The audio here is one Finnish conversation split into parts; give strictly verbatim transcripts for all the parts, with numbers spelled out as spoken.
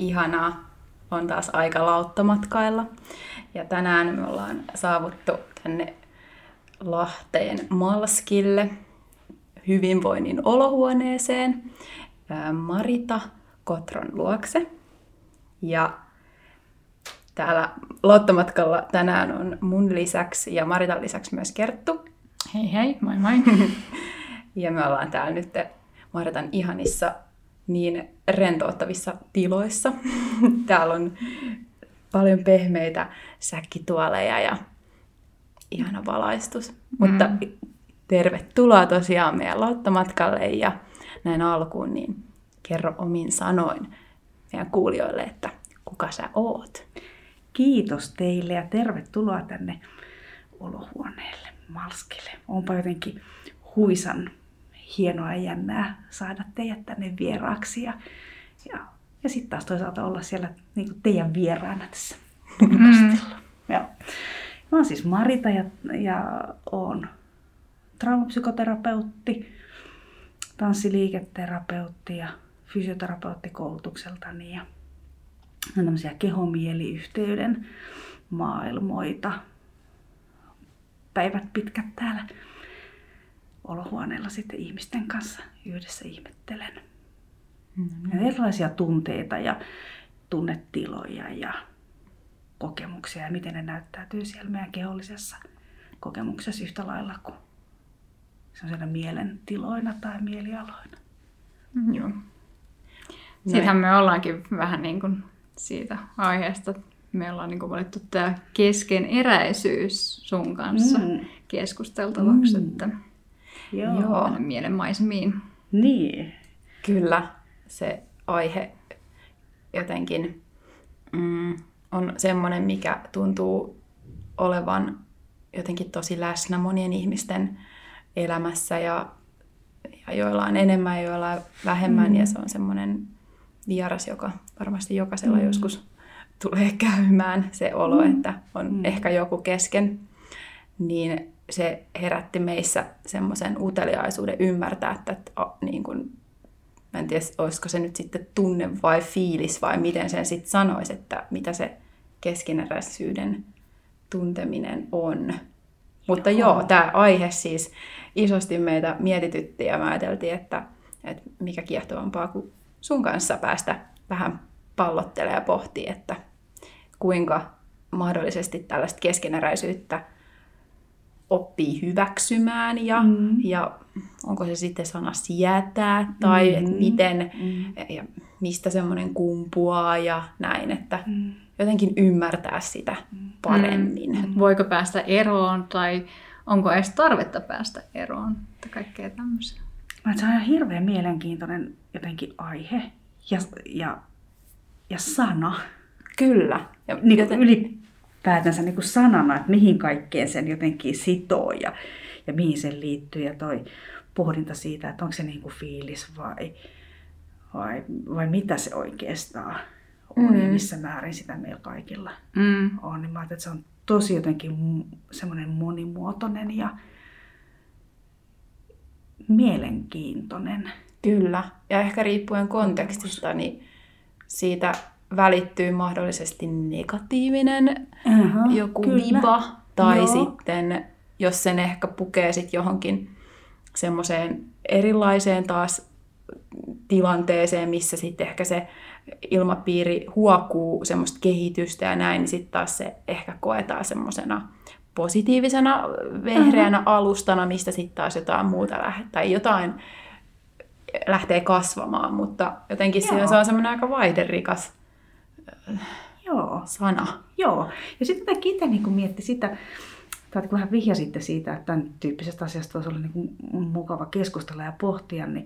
ihanaa. On taas aika lauttamatkailla. Ja tänään me ollaan saavuttu tänne Lahteen Malskille hyvinvoinnin olohuoneeseen Marita Kotron luokse. Ja täällä lauttamatkalla tänään on mun lisäksi ja Maritan lisäksi myös Kerttu. Hei hei, moi moi. Ja me ollaan täällä nyt Maritan ihanissa niin rentouttavissa tiloissa. Täällä on paljon pehmeitä säkkituoleja ja ihana valaistus. Mm. Mutta tervetuloa tosiaan meidän lauttamatkalle ja näin alkuun niin kerro omin sanoin meidän kuulijoille, että kuka sä oot. Kiitos teille ja tervetuloa tänne olohuoneelle Malskille. Onpa jotenkin huisan hienoa ja jännää saada teidät tänne vieraaksi ja, ja, ja sitten taas toisaalta olla siellä niin kuin teidän vieraana tässä podcastilla. Mm. Joo. Mä oon siis Marita ja, ja oon traumapsykoterapeutti, tanssiliiketerapeutti ja fysioterapeutti koulutukseltani ja on tämmöisiä kehomieliyhteyden maailmoita. Päivät pitkät täällä olohuoneella sitten ihmisten kanssa yhdessä ihmettelen. Mm-hmm. Erilaisia tunteita ja tunnetiloja ja kokemuksia ja miten ne näyttäytyy siellä meidän kehollisessa kokemuksessa yhtä lailla kuin sellaisena mielentiloina tai mielialoina. Mm-hmm. Joo. Siitähän me ollaankin vähän niin kuin siitä aiheesta. Me ollaan niin kuin valittu tämä keskeneräisyys sun kanssa mm. keskusteltavaksi, mm. että Joo. Joo. mielenmaisemiin. Niin. Kyllä, se aihe jotenkin mm, on semmoinen, mikä tuntuu olevan jotenkin tosi läsnä monien ihmisten elämässä ja, ja joilla on enemmän ja joilla on vähemmän. Mm. Ja se on semmoinen vieras, joka varmasti jokaisella mm. joskus tulee käymään se olo, mm. että on mm. ehkä joku kesken. Niin se herätti meissä semmoisen uteliaisuuden ymmärtää, että, että niin kun, mä en tiedä, olisiko se nyt sitten tunne vai fiilis vai miten sen sitten sanoisi, että mitä se keskeneräisyyden tunteminen on. Mutta joo, joo tämä aihe siis isosti meitä mietitytti ja mä ajateltiin, että, että mikä kiehtovampaa kuin sun kanssa päästä vähän pallottelemaan ja pohtia, että kuinka mahdollisesti tällaista keskeneräisyyttä oppii hyväksymään ja, mm. ja onko se sitten sana sietää tai mm. miten mm. ja mistä semmoinen kumpuaa ja näin, että mm. jotenkin ymmärtää sitä paremmin. Mm. Voiko päästä eroon tai onko edes tarvetta päästä eroon tai kaikkea tämmöisiä. Se on ihan hirveän mielenkiintoinen jotenkin aihe ja, ja, ja sana. Kyllä. Ja niin joten ylipäätänsä niin kuin sanana, että mihin kaikkeen sen jotenkin sitoo ja, ja mihin sen liittyy. Ja toi pohdinta siitä, että onko se niin kuin fiilis vai, vai, vai mitä se oikeastaan on mm. ja missä määrin sitä meillä kaikilla mm. on. Niin mä ajattelin, että se on tosi jotenkin semmoinen monimuotoinen ja mielenkiintoinen. Kyllä. Ja ehkä riippuen kontekstista, niin siitä välittyy mahdollisesti negatiivinen uh-huh, joku kyllä. viba. Tai Joo. sitten, jos sen ehkä pukee sit johonkin semmoiseen erilaiseen taas tilanteeseen, missä sitten ehkä se ilmapiiri huokuu semmoista kehitystä ja näin, niin sitten taas se ehkä koetaan semmoisena positiivisena vehreänä uh-huh. alustana, mistä sitten taas jotain muuta lähtee, tai jotain lähtee kasvamaan, mutta jotenkin Joo. se on semmoinen aika vaihderikas Joo. sana. Joo, ja sitten jotenkin itse niin mietti sitä, tai kun vähän vihjasitte siitä, että tämän tyyppisestä asiasta olisi ollut niin mukava keskustella ja pohtia, niin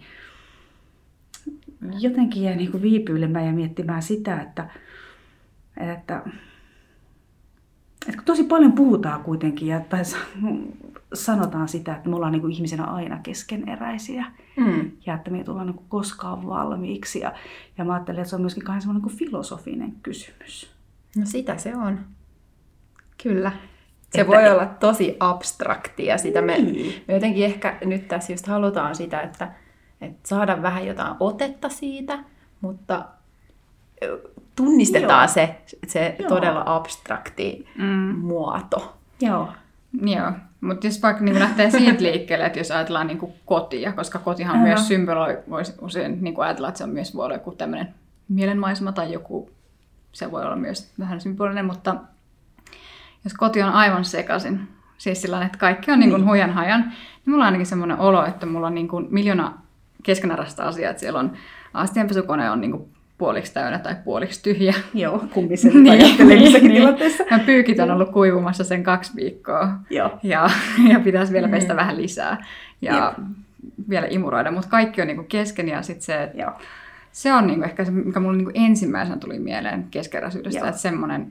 jotenkin jäi niin viipyilemään ja miettimään sitä, että, että, että kun tosi paljon puhutaan kuitenkin, ja, tai sanotaan sitä, että me ollaan niin kuin ihmisenä aina keskeneräisiä, mm. ja että me ei tulla niin kuin koskaan valmiiksi, ja, ja mä ajattelin, että se on myöskin vähän semmoinen niin kuin filosofinen kysymys. No sitä se on. Kyllä. Se että voi olla tosi abstraktia. Sitä me, niin. me jotenkin ehkä nyt tässä just halutaan sitä, että, että saada vähän jotain otetta siitä, mutta tunnistetaan Joo. se, se Joo. todella abstrakti mm. muoto. Joo. Joo, mutta jos vaikka niin lähtee siitä liikkeelle, että jos ajatellaan niin kotia, koska kotihan Älä. myös symboloi, voisi usein niin ajatella, että se on myös voi olla joku tämmöinen mielenmaisema tai joku, se voi olla myös vähän symbolinen, mutta jos koti on aivan sekaisin, siis sillä että kaikki on niin kuin huijan hajan, niin mulla on ainakin semmoinen olo, että mulla on niin kuin miljoona keskeneräistä asiaa, että siellä on astianpesukone on niin kuin puoliksi täynnä tai puoliksi tyhjä. Joo, kummin se niin, ajattelee missäkin niin. tilanteessa. Ja pyykit on ollut kuivumassa sen kaksi viikkoa. Joo. Ja, ja pitäisi vielä pestä mm. vähän lisää ja Jep. vielä imuroida, mutta kaikki on niinku kesken ja sit se, Joo. se on niinku ehkä se, mikä mulle niinku ensimmäisenä tuli mieleen keskeneräisyydestä, Joo. että semmoinen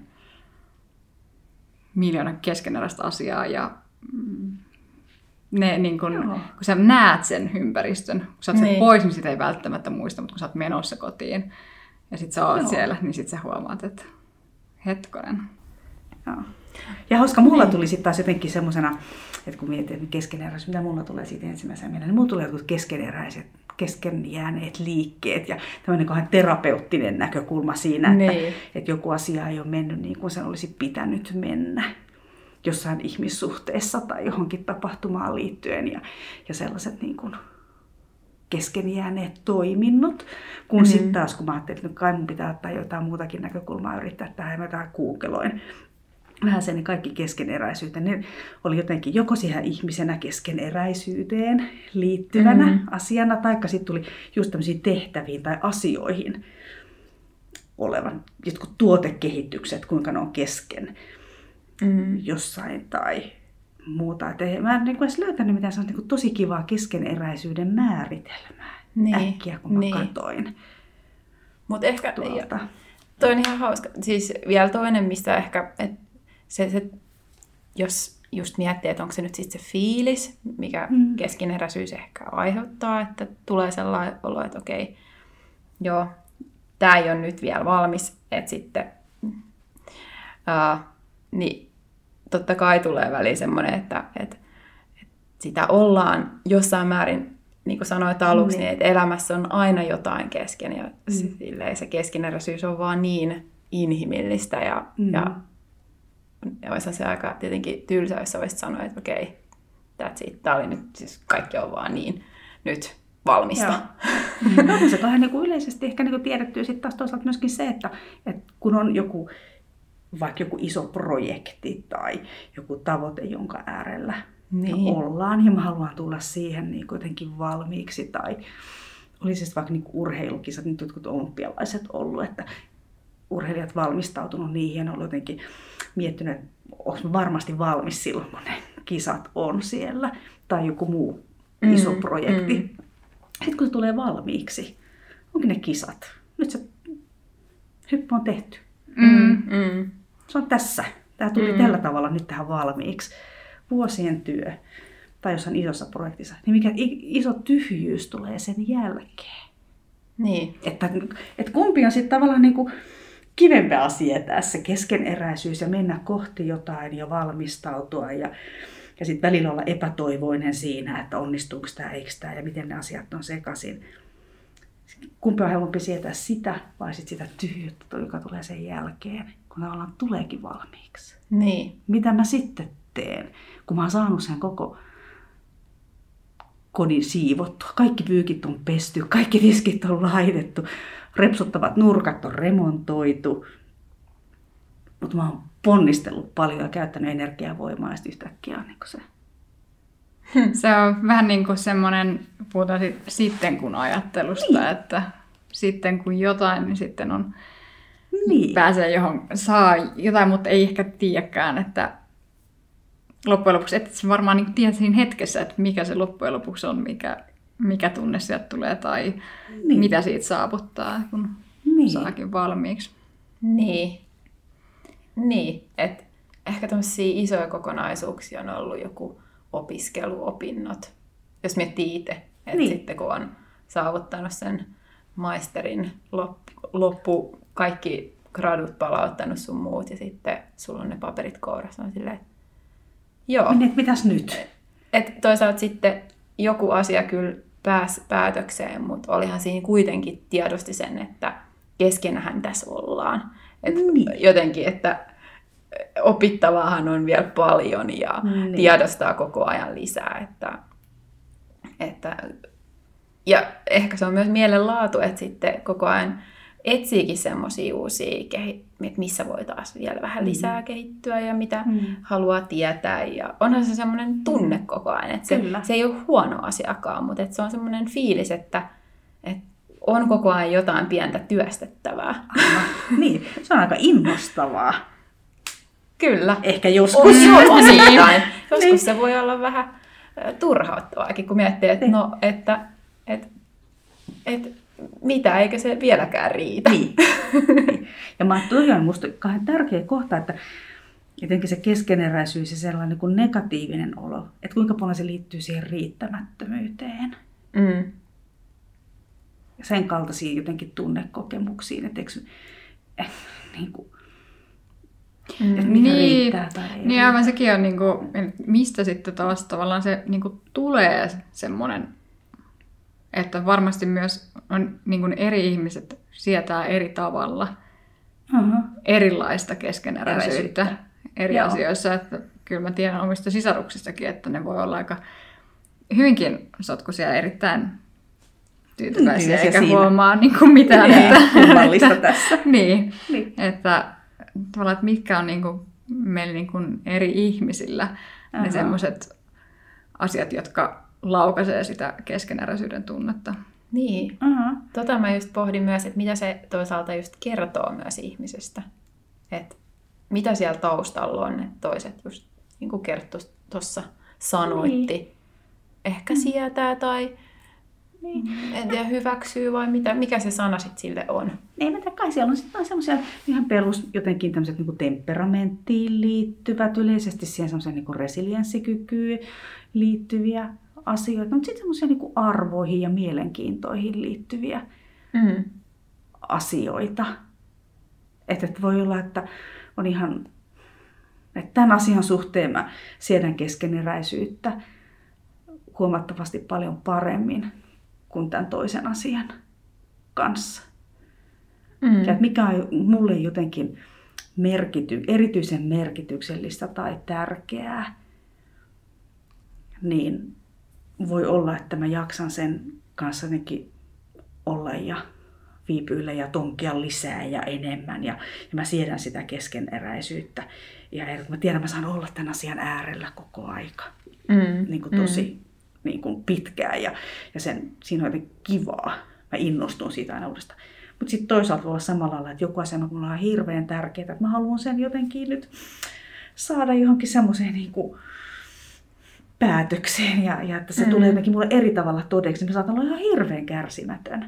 miljoona keskeneräistä asiaa ja mm, ne, niin kun, kun sä näet sen ympäristön, kun sä oot niin. sen pois, niin sitä ei välttämättä muista, mutta kun sä oot menossa kotiin ja sit sä oot Joo. siellä, niin sit sä huomaat, että hetkonen. Joo. Ja hauska, mulla tuli sitten taas jotenkin semmosena, että kun mietin, että keskeneräisyys, mitä mulla tulee siitä ensimmäisenä mieleen, niin mulla tulee jotkut keskeneräiset, kesken jääneet liikkeet ja tämmöinen kohan terapeuttinen näkökulma siinä, että, niin. että joku asia ei ole mennyt niin kuin sen olisi pitänyt mennä jossain ihmissuhteessa tai johonkin tapahtumaan liittyen ja, ja sellaiset niin kuin kesken jääneet toiminnot, kun mm-hmm. sitten taas kun mä ajattelin, että kai mun pitää ottaa jotain muutakin näkökulmaa yrittää tähän, ja mä jotain googloin vähän sen kaikki keskeneräisyyteen. Ne oli jotenkin joko siihen ihmisenä keskeneräisyyteen liittyvänä mm-hmm. asiana, taikka sitten tuli just tämmöisiin tehtäviin tai asioihin olevan jotkut tuotekehitykset, kuinka ne on kesken mm-hmm. jossain tai muuta. Et mä en niin edes löytänyt mitään sellaista niin tosi kivaa keskeneräisyyden määritelmää niin. äkkiä, kun mä niin. katoin. Mutta ehkä tuolta. Toi on ihan hauska. Siis vielä toinen, mistä ehkä, et se, se, jos just miettii, että onko se nyt sitten se fiilis, mikä mm. keskeneräisyys ehkä aiheuttaa, että tulee sellainen olo, että okei, joo, tämä ei ole nyt vielä valmis, että sitten uh, niin totta kai tulee väliin semmoinen, että, että, että sitä ollaan jossain määrin, niin kuin sanoit aluksi, mm. niin, että elämässä on aina jotain kesken. Ja mm. se keskeneräisyys on vaan niin inhimillistä. Ja, mm. ja, ja olisi se aika tietenkin tylsä, jos olisit sanoa, että okei, that's it. Tämä oli nyt, siis kaikki on vaan niin nyt valmista. No, se on niin kuin yleisesti ehkä niin kuin tiedetty. Ja sitten taas toisaalta myöskin se, että, että kun on joku vaikka joku iso projekti tai joku tavoite, jonka äärellä niin. ollaan, ja mä haluan tulla siihen niin jotenkin valmiiksi, tai oli siis vaikka niin urheilukisat, nyt jotkut olympialaiset ollut, että urheilijat valmistautunut niihin, ja ne on jotenkin miettinyt, että onko varmasti valmis silloin, kun ne kisat on siellä, tai joku muu mm, iso projekti. Mm. Sitten kun se tulee valmiiksi, onkin ne kisat. Nyt se hyppy on tehty. Mm, mm. Se on tässä. Tämä tuli mm. tällä tavalla nyt tähän valmiiksi. Vuosien työ. Tai jossain isossa projektissa. Niin mikä iso tyhjyys tulee sen jälkeen. Niin. Että, että kumpi on sitten tavallaan niin kuin kivempi asia tässä. Keskeneräisyys ja mennä kohti jotain ja valmistautua. Ja, ja sitten välillä olla epätoivoinen siinä, että onnistuuko tämä, eikö tämä ja miten ne asiat on sekaisin. Kumpi on helpompi sietää sitä vai sit sitä tyhjyyttä, joka tulee sen jälkeen, kun tavallaan tuleekin valmiiksi. Niin. Mitä mä sitten teen, kun mä oon saanut sen koko kodin siivottua. Kaikki pyykit on pesty, kaikki diskit on laitettu, repsuttavat nurkat on remontoitu. Mutta mä oon ponnistellut paljon ja käyttänyt energiavoimaa ja sitten yhtäkkiä on niin se. Se on vähän niin kuin semmoinen, puhutaan sitten kun ajattelusta, niin. että sitten kun jotain, niin sitten on, niin. pääsee johon, saa jotain, mutta ei ehkä tiedäkään, että loppujen lopuksi, että se varmaan niin tiedät siinä hetkessä, että mikä se loppujen lopuksi on, mikä, mikä tunne sieltä tulee tai niin. mitä siitä saavuttaa, kun niin. saakin valmiiksi. Niin, niin. että ehkä tämmöisiä isoja kokonaisuuksia on ollut joku opiskeluopinnot, jos miettii itse, että niin. sitten kun on saavuttanut sen maisterin loppu, loppu kaikki gradut palauttanut sun muut ja sitten sulla on ne paperit kourassa, on silleen, että joo. Niin, mitäs nyt? Et toisaalta sitten joku asia kyllä pääsi päätökseen, mutta olihan siinä kuitenkin tiedosti sen, että keskenähän tässä ollaan. Et Niin. Jotenkin, että opittavaahan on vielä paljon ja niin. tiedostaa koko ajan lisää. Että, että, ja ehkä se on myös mielenlaatu, että sitten koko ajan etsiikin semmoisia uusia, että missä voi taas vielä vähän lisää mm. kehittyä ja mitä mm. haluaa tietää. Ja onhan se semmoinen tunne koko ajan, että se, se ei ole huono asiakaan, mutta että se on semmoinen fiilis, että, että on koko ajan jotain pientä työstettävää. Niin, se on aika innostavaa. Kyllä. Ehkä joskus. Osittain. Joskus se voi olla vähän turhauttavaakin, kun miettii, että, no, että, että, että mitä, eikä se vieläkään riitä. Niin. Ja mä ajattelin, on musta kahden tärkeä kohta, että jotenkin se keskeneräisyys ja sellainen niin kuin negatiivinen olo, että kuinka paljon se liittyy siihen riittämättömyyteen. Mm. Sen kaltaisiin jotenkin tunnekokemuksiin, että eikö, eh, niin kuin, mm. että mikä niin, riittää tai ei niin aivan sekin on, niin kuin, mistä sitten taas tavallaan se niin kuin tulee semmoinen, että varmasti myös on, niin kuin eri ihmiset sietää eri tavalla uh-huh. erilaista keskeneräisyyttä eri Joo. asioissa. Että kyllä mä tiedän omista sisaruksistakin, että ne voi olla aika hyvinkin sotkuisia ja erittäin tyytyväisiä, eikä siinä huomaa niin kuin mitään. Niin, että, että, tässä. Niin, niin. Että, että mitkä on niin kuin meillä niin kuin eri ihmisillä uh-huh. ne semmoiset asiat, jotka laukaisee sitä keskeneräisyyden tunnetta. Niin. Uh-huh. Tota mä just pohdin myös, että mitä se toisaalta just kertoo myös ihmisestä. Että mitä siellä taustalla on, että toiset just niin kuin Kerttu tuossa sanoitti. Niin. Ehkä sietää tai niin. en tiedä, hyväksyy vai mitä, mikä se sana sitten sille on. Ei mä tiedä, kai siellä on sitten semmoisia ihan perus jotenkin tämmöiset niin kuin temperamenttiin liittyvät, yleisesti siihen semmoiseen niin kuin resilienssikykyyn liittyviä asioita, mutta sitten semmoisia niin kuin arvoihin ja mielenkiintoihin liittyviä mm. asioita. Että et voi olla, että on ihan, että tämän asian suhteen mä siedän keskeneräisyyttä huomattavasti paljon paremmin kuin tämän toisen asian kanssa. Mm. Ja mikä on mulle jotenkin merkity, erityisen merkityksellistä tai tärkeää, niin voi olla, että mä jaksan sen kanssa jotenkin olla ja viipyillä ja tonkia lisää ja enemmän. Ja, ja mä siedän sitä keskeneräisyyttä. Ja mä tiedän, että mä saan olla tämän asian äärellä koko aika. Mm. Niin kuin tosi mm. niin kuin pitkään. Ja, ja sen, siinä on jotenkin kivaa. Mä innostun siitä aina uudestaan. Mutta sitten toisaalta voi olla samalla lailla, että joku asia mulla on hirveän tärkeää. Että mä haluan sen jotenkin nyt saada johonkin semmoiseen niin kuin päätökseen. Ja, ja että se mm. tulee jotenkin mulle eri tavalla todeksi. Mä saatan olla ihan hirveän kärsimätön.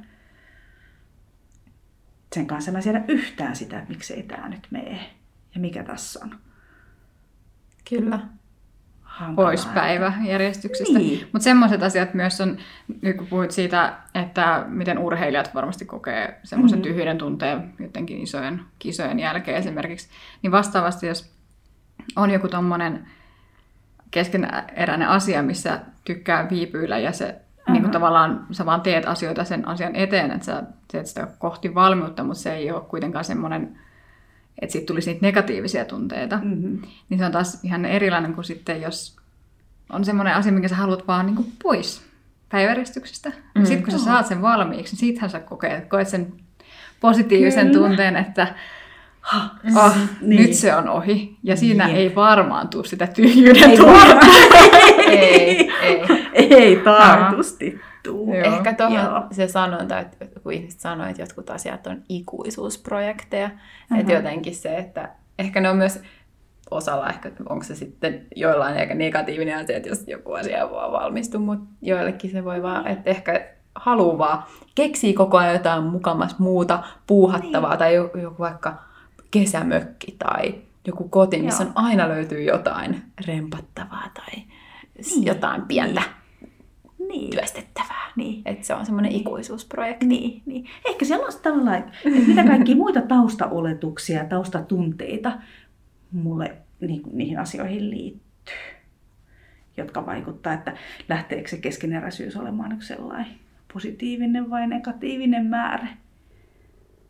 Sen kanssa mä siedä yhtään sitä, että miksei tää nyt mene ja mikä tässä on. Kyllä. Pois päiväjärjestyksestä. Niin. Mutta semmoiset asiat myös on, nyt kun puhuit siitä, että miten urheilijat varmasti kokee semmoisen mm-hmm. tyhjyyden tunteen jotenkin isojen kisojen jälkeen esimerkiksi, niin vastaavasti jos on joku tommonen keskeneräinen asia, missä tykkää viipyillä ja se Uh-huh. niin kuin tavallaan sä vaan teet asioita sen asian eteen, että sä teet sitä kohti valmiutta, mutta se ei ole kuitenkaan semmoinen, että siitä tulisi niitä negatiivisia tunteita. Mm-hmm. Niin se on taas ihan erilainen kuin sitten, jos on semmoinen asia, minkä sä haluat vaan niin kuin pois päiväjärjestyksestä. Mm-hmm. Sitten kun sä saat sen valmiiksi, niin siitähän sä kokeet, koet sen positiivisen Kyllä. tunteen, että oh, niin. nyt se on ohi. Ja siinä niin. ei varmaan tule sitä tyhjyyden ei tunnetta. ei, ei. Ei taatusti tule. Ehkä tuohon se sanonta, että kun ihmiset sanoo, että jotkut asiat on ikuisuusprojekteja. Uh-huh. Että jotenkin se, että ehkä ne on myös osalla, ehkä onko se sitten joillain ehkä negatiivinen asia, että jos joku asia vaan valmistuu, mutta joillekin se voi vaan, että ehkä haluaa vaan keksii koko ajan jotain mukamas muuta puuhattavaa niin. tai joku vaikka kesämökki tai joku koti, missä on aina löytyy jotain rempattavaa tai niin. jotain pientä niin. työstettävää. Niin. Että se on semmoinen ikuisuusprojekti. Niin, niin. Ehkä siellä on tavallaan, että mitä kaikkia muita taustaoletuksia ja taustatunteita mulle niin, niihin asioihin liittyy, jotka vaikuttaa, että lähteekö se keskeneräisyys olemaan sellainen positiivinen vai negatiivinen määrä.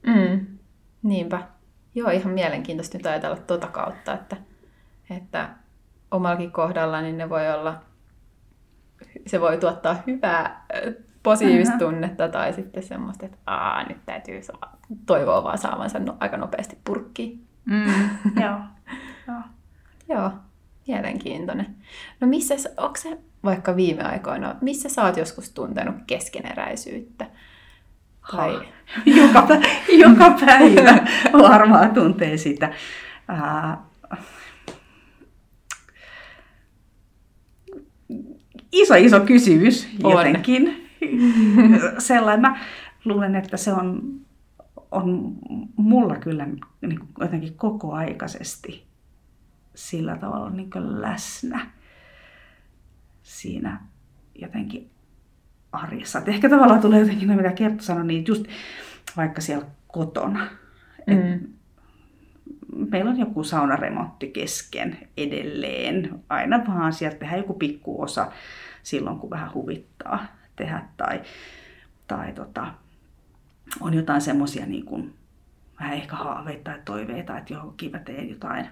Mm. Niinpä. Joo, ihan mielenkiintoista nyt ajatella tuota kautta, että, että omallakin kohdalla niin ne voi olla, se voi tuottaa hyvää positiivista tunnetta tai sitten semmoista, että Aa, nyt täytyy toivoa vaan saavansa no, aika nopeasti purkkiin. Mm. Joo. Joo. Joo, mielenkiintoinen. No missä, onko se vaikka viime aikoina, missä sä oot joskus tuntenut keskeneräisyyttä? Tai... joka, joka päivä varmaan tuntee sitä. Uh, iso, iso kysymys on. Jotenkin. Sellainen. Mä luulen, että se on, on mulla kyllä niin kuin jotenkin kokoaikaisesti sillä tavalla niin kuin läsnä siinä jotenkin arjessa. Et ehkä tavallaan tulee jotenkin, no mitä Kerttu sanoi, niin just vaikka siellä kotona. Mm. Meillä on joku saunaremontti kesken edelleen. Aina vaan sieltä tehdään joku pikkuosa silloin, kun vähän huvittaa tehdä. Tai, tai tota, on jotain semmoisia niin kuin, vähän ehkä haaveita tai toiveita, että johonkin mä teen jotain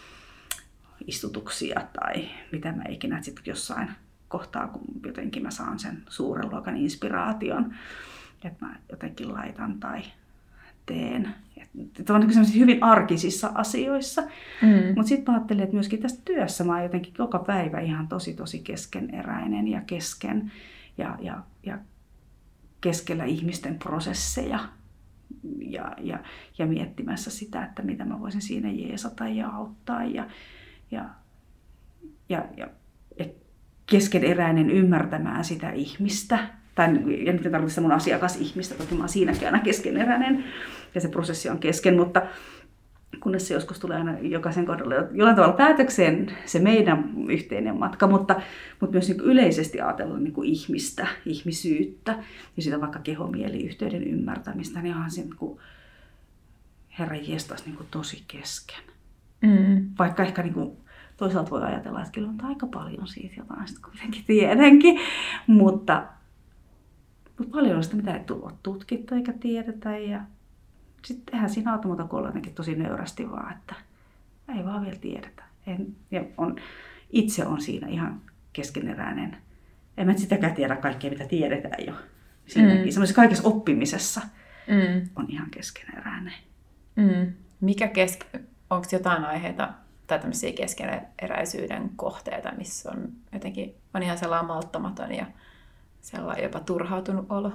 istutuksia tai mitä mä ikinä sitten jossain kohtaa, kun jotenkin mä saan sen suuren luokan inspiraation, että mä jotenkin laitan tai teen. Tämä on niin hyvin arkisissa asioissa, mm. mutta sitten mä ajattelin, että myöskin tässä työssä mä oon jotenkin joka päivä ihan tosi tosi keskeneräinen ja kesken ja, ja, ja keskellä ihmisten prosesseja ja, ja, ja miettimässä sitä, että mitä mä voisin siinä jeesata ja auttaa ja, ja, ja, ja keskeneräinen ymmärtämään sitä ihmistä. Tai, ja nyt en tarvitse mun asiakasihmistä, toki mä oon siinäkin aina keskeneräinen ja se prosessi on kesken, mutta kunnes se joskus tulee aina jokaisen kohdalla jollain tavalla päätökseen se meidän yhteinen matka, mutta, mutta myös niin kuin yleisesti ajatella niin kuin ihmistä, ihmisyyttä ja sitä vaikka kehomieliyhteyden ymmärtämistä, niin onhan se niin kuin, herra jestas niin kuin tosi kesken. Mm. Vaikka ehkä niin kuin, toisaalta voi ajatella, että kyllä on aika paljon siitä jotain, sitten kuitenkin tiedänkin, mutta, mutta paljon on sitä, mitä ei tule tutkittu eikä tiedetä. Ja sitten eihän siinä automata olla jotenkin tosi nöyrästi vaan, että ei vaan vielä tiedetä. En, ja on, itse on siinä ihan keskeneräinen. En mä sitäkään tiedä kaikkea, mitä tiedetään jo. Siinäkin, mm. semmoisessa kaikessa oppimisessa mm. on ihan keskeneräinen. Mm. Mikä keske... Onko jotain aiheita tai tämmöisiä keskeneräisyyden kohteita, missä on jotenkin on ihan sellainen malttamaton ja sellainen jopa turhautunut olo?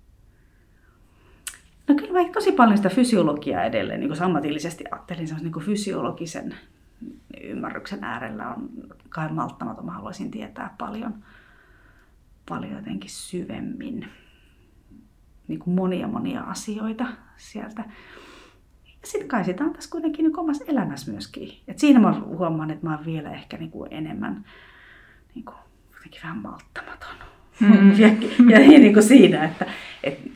No kyllä mä tosi paljon sitä fysiologiaa edelleen, niin kuin ammatillisesti ajattelin, semmoisen niin kuin fysiologisen ymmärryksen äärellä on kai malttamaton. Mä haluaisin tietää paljon, paljon jotenkin syvemmin niin kuin monia monia asioita sieltä. Sitten kai sitä on tässä kuitenkin niin omassa elämässä myöskin. Et siinä mä huomaan, että mä oon vielä ehkä niin kuin enemmän niin kuin, jotenkin vähän malttamaton. Mm. ja ja niin kuin siinä, että, että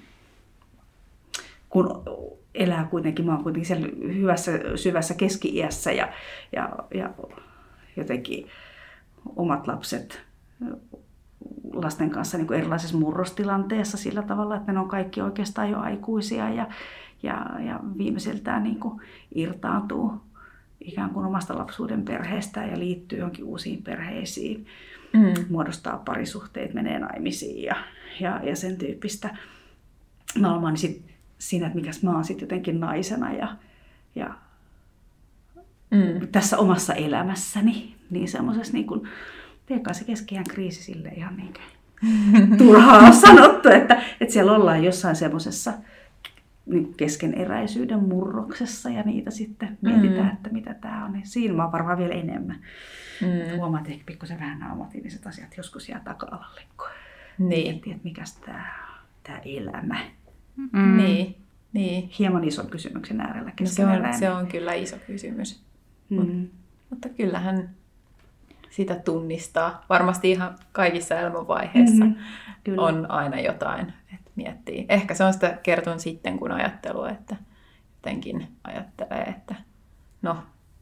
kun elää kuitenkin, mä oon kuitenkin siellä hyvässä, syvässä keski-iässä ja, ja, ja jotenkin omat lapset lasten kanssa niin kuin erilaisessa murrostilanteessa sillä tavalla, että ne on kaikki oikeastaan jo aikuisia ja Ja, ja viimeiseltään niin kuin irtaantuu ikään kuin omasta lapsuuden perheestään ja liittyy johonkin uusiin perheisiin, mm. muodostaa parisuhteet, menee naimisiin ja, ja, ja sen tyyppistä maailmaa. Niin sit siinä, että mikäs mä oon sitten jotenkin naisena ja, ja mm. tässä omassa elämässäni, niin semmoisessa niin kuin, teekaan se keski-iän kriisi sille ihan niin kuin turhaa on sanottu, että, että siellä ollaan jossain semmoisessa keskeneräisyyden murroksessa ja niitä sitten mietitään, mm. että mitä tämä on. Niin siinä mä oon varmaan vielä enemmän. Mm. Huomaat, että pikkusen vähän nämä ammatilliset asiat joskus jää taka-alalle, kun niin. miettii, että mikäs tämä tämä elämä. Mm. Niin. Niin. Hieman ison kysymyksen äärellä no se, on, se on kyllä iso kysymys. Mm. Mut, mutta kyllähän sitä tunnistaa. Varmasti ihan kaikissa elämänvaiheissa mm-hmm. on aina jotain. Miettii. Ehkä se on sitä kerton sitten, kun ajattelua, että jotenkin ajattelee, että no,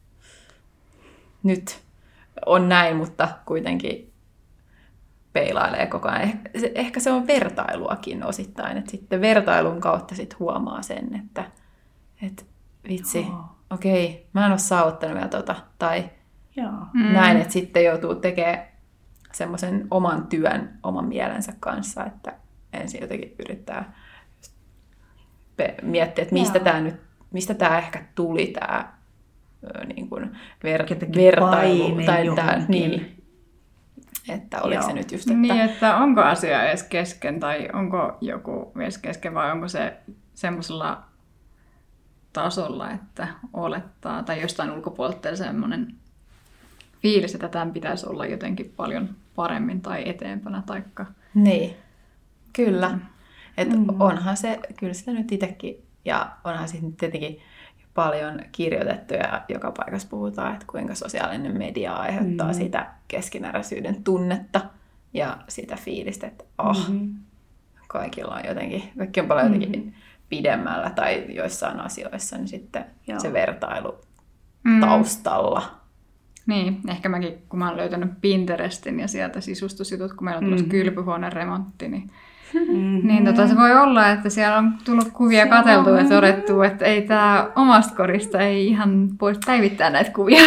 nyt on näin, mutta kuitenkin peilailee koko ajan. Ehkä se on vertailuakin osittain, että sitten vertailun kautta sit huomaa sen, että että vitsi, oh. okei, okay, mä en ole saavuttanut vielä tota, tai Joo. Mm. näin, että sitten joutuu tekemään semmoisen oman työn oman mielensä kanssa, että ensin jotenkin yrittää miettiä, että mistä tämä nyt, mistä tämä ehkä tuli tämä niin kuin ver, vertailu tai tämä, niin, että oliko Joo. se nyt just, että... Niin, että onko asia edes kesken tai onko joku edes kesken vai onko se semmoisella tasolla, että olettaa tai jostain ulkopuolelta semmoinen fiilis, että tämän pitäisi olla jotenkin paljon paremmin tai eteenpäin taikka... Niin, kyllä. Mm. Että mm. onhan se, kyllä sitä nyt itsekin, ja onhan sitten tietenkin paljon kirjoitettu ja joka paikassa puhutaan, että kuinka sosiaalinen media aiheuttaa mm. sitä keskeneräisyyden tunnetta ja sitä fiilistä, että oh, mm-hmm. kaikilla on jotenkin, kaikki on paljon mm-hmm. jotenkin pidemmällä tai joissain asioissa, niin sitten Joo. se vertailu mm. taustalla. Niin, ehkä mäkin, kun mä oon löytänyt Pinterestin ja sieltä sisustusjutut, kun meillä on tulossa mm. kylpyhuoneen remontti, niin, mm-hmm. niin tota, se voi olla, että siellä on tullut kuvia katseltua ja todettu, että ei tää omasta korista ei ihan pois päivittää näitä kuvia.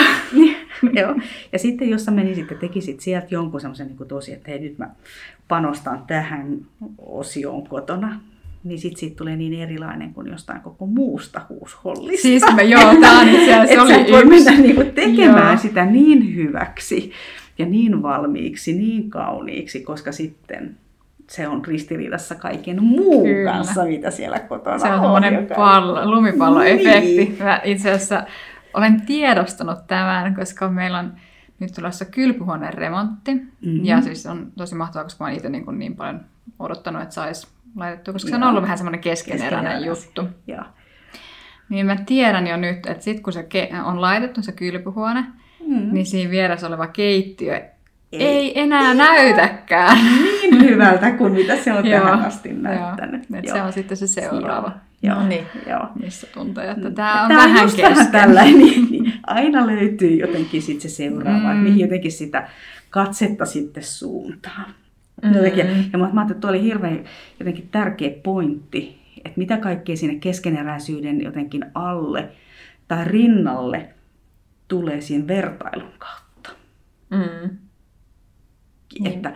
Joo. Ja sitten jos sä menisit ja tekisit sieltä jonkun semmoisen niin tosi, että hei nyt mä panostan tähän osioon kotona, niin sit siitä tulee niin erilainen kuin jostain koko muusta huushollista. Siis mä, joo, tää on itse asiassa, se oli yksi. Voi mennä niinku tekemään joo. sitä niin hyväksi ja niin valmiiksi, niin kauniiksi, koska sitten se on ristiriidassa kaiken muun Kyllä. kanssa, mitä siellä kotona on. Se on semmoinen pallo, lumipalloefekti. Niin. Mä itse asiassa olen tiedostanut tämän, koska meillä on nyt tulossa kylpyhuoneen remontti. Mm-hmm. Ja siis on tosi mahtavaa, koska mä oon itse niin, niin paljon odottanut, että saisi laitettua, koska Joo. se on ollut vähän semmoinen keskeneräinen juttu. Joo. Niin mä tiedän jo nyt, että sit kun se on laitettu se kylpyhuone, mm. niin siinä vieressä oleva keittiö ei, ei enää Joo. näytäkään. Niin hyvältä kuin mitä se on tähän asti näyttänyt. Joo. Se on sitten se seuraava. Joo. No niin, Joo. missä tuntee, että tämä on tää vähän kesken. Vähän tällainen, niin, niin aina löytyy jotenkin sit se seuraava, mm. mihin jotenkin sitä katsetta sitten suuntaan. Mm. Jotenkin, ja mä ajattelin, että tuo oli hirveän jotenkin tärkeä pointti, että mitä kaikkea siinä keskeneräisyyden jotenkin alle tai rinnalle tulee siinä vertailun kautta. Mm. Että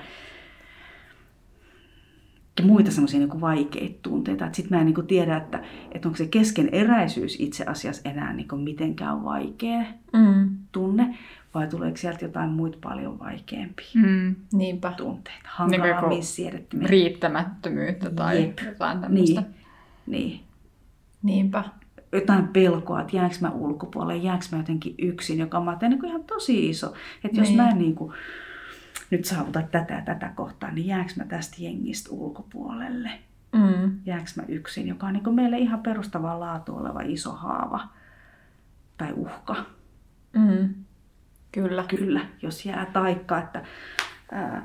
ja muita semmoisia niin vaikeita tunteita. Sitten mä en niin kuin tiedä, että, että onko se keskeneräisyys itse asiassa enää niin kuin mitenkään vaikea mm. tunne, vai tuleeko sieltä jotain muita paljon vaikeampia mm. tunteita, hankalammin siedettymiä. Riittämättömyyttä tai Jep. jotain tämmöistä. Niin. niin. Niinpä. Jotain pelkoa, että jäänkö mä ulkopuolelle, jäänkö mä jotenkin yksin, joka mä teen niin ihan tosi iso. Että jos niin. mä en niin kuin nyt saavuta tätä ja tätä kohtaa, niin jäänkö mä tästä jengistä ulkopuolelle? Mm. Jäänkö mä yksin, joka on niin kuin meille ihan perustavaa laatua oleva iso haava tai uhka. Mm. Kyllä. Kyllä, jos jää taikka, että ää,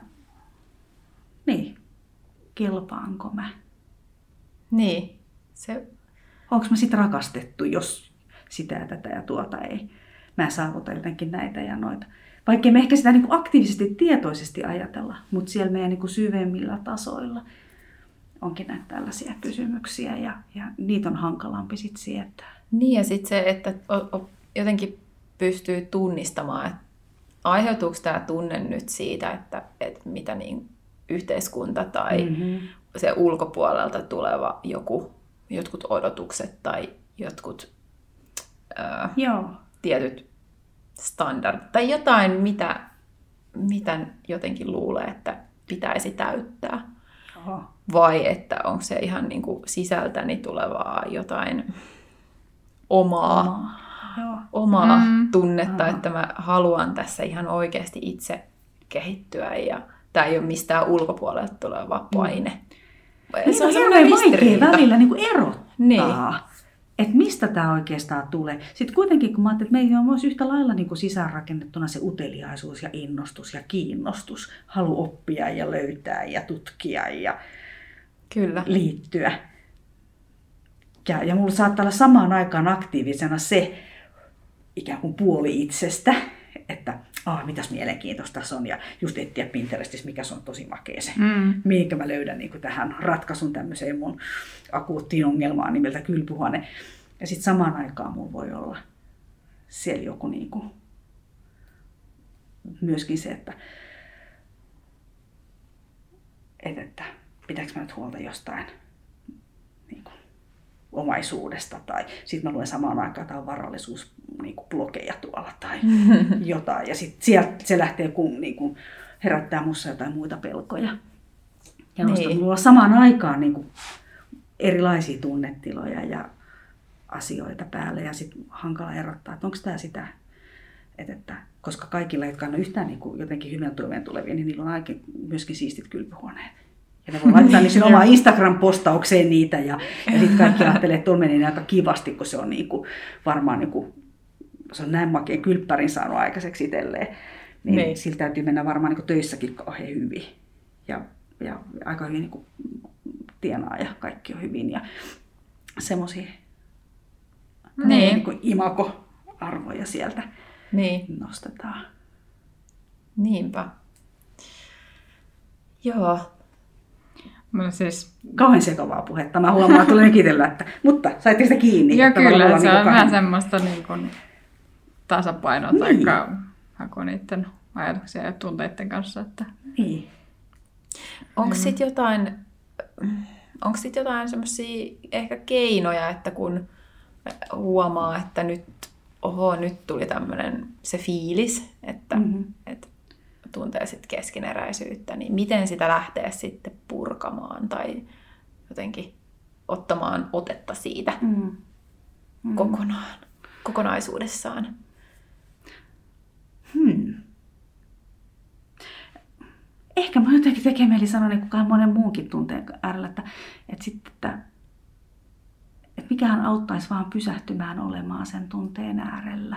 niin, kelpaanko mä? Niin. Se... Onko mä sit rakastettu, jos sitä ja tätä ja tuota ei? Mä saavuta jotenkin näitä ja noita. Vaikkei me ehkä sitä niin kuin aktiivisesti, tietoisesti ajatella, mutta siellä meidän niin kuin syvemmillä tasoilla onkin näitä tällaisia kysymyksiä ja, ja niitä on hankalampi sitten sietää. Niin ja sitten se, että jotenkin pystyy tunnistamaan, että aiheutuuko tämä tunne nyt siitä, että, että mitä niin yhteiskunta tai mm-hmm. se ulkopuolelta tuleva joku, jotkut odotukset tai jotkut ää, Joo. tietyt standardit tai jotain, mitä, mitä jotenkin luulee, että pitäisi täyttää. Oho. Vai että onko se ihan niin kuin sisältäni tulevaa jotain omaa, omaa, Joo. omaa mm. tunnetta, Aha. että mä haluan tässä ihan oikeasti itse kehittyä ja tämä ei ole mistään ulkopuolelta tuleva paine. Mm. Se on hirveän vaikea välillä niin kuin erottaa. Niin. Että mistä tämä oikeastaan tulee. Sitten kuitenkin, kun mä ajattelin, että meillä on myös yhtä lailla niin kuin sisäänrakennettuna se uteliaisuus ja innostus ja kiinnostus, halu oppia ja löytää ja tutkia ja Kyllä. liittyä. Ja, ja mulla saattaa olla samaan aikaan aktiivisena se ikään kuin puoli itsestä, että ah, mitäs mielenkiintoista tässä on ja just etsiä Pinterestissä, mikä se on tosi makea se. Mm. Mihinkä mä löydän niin kuin tähän ratkaisun tämmöiseen mun akuuttiin ongelmaan nimeltä kylpyhuone. Ja sitten samaan aikaan mulla voi olla siellä joku niin kuin, myöskin se, että, että, että pitääkö mä nyt huolta jostain niin kuin, omaisuudesta. Tai sitten mä luen samaan aikaan jotain varallisuusblogeja tuolla tai jotain. Ja sitten sieltä se lähtee kun, niin kuin, herättää musta jotain muita pelkoja. Ja niin. Mulla on samaan aikaan niin kuin, erilaisia tunnetiloja ja asioita päälle ja sitten hankala erottaa, että onko tämä sitä, että, että, koska kaikilla, jotka on yhtään niin kuin jotenkin hyvän toimeen tulevia, niin niillä on aika myöskin siistit kylpyhuoneet. Ja ne voi laittaa niin omaan Instagram-postaukseen niitä ja, ja sitten kaikki ajattelee, että tuolla meni aika kivasti, kun se on niin kuin, varmaan niin kuin, se on näin makeen kylppärin saanut aikaiseksi itselleen. Niin, niin. Sillä täytyy mennä varmaan niin kuin töissäkin kauhean hyvin ja, ja aika hyvin niin kuin tienaa ja kaikki on hyvin ja semmoisia niin. niin kuin imako-arvoja sieltä niin. nostetaan. Niinpä. Joo. Siis... Kauhean sekavaa puhetta. Mä huomaan, että tulen kitellä, että mutta saitte sitä kiinni? Joo, kyllä. Se on niin vähän semmoista niin kuin tasapainoa niin. tai hakua niiden ajatuksia ja tunteiden kanssa. Että... Niin. Onko sitten jotain, onko sit jotain semmoisia ehkä keinoja, että kun huomaa, että nyt, oho, nyt tuli tämmöinen se fiilis, että, mm-hmm. että tuntee sit keskeneräisyyttä, niin miten sitä lähtee sitten purkamaan tai jotenkin ottamaan otetta siitä mm-hmm. kokonaan, kokonaisuudessaan? Hmm. Ehkä mä jotenkin tekee mieli sanoa niin kuin monen muunkin tunteen äärellä, että, että, sitten, että, että mikähän auttaisi vaan pysähtymään olemaan sen tunteen äärellä.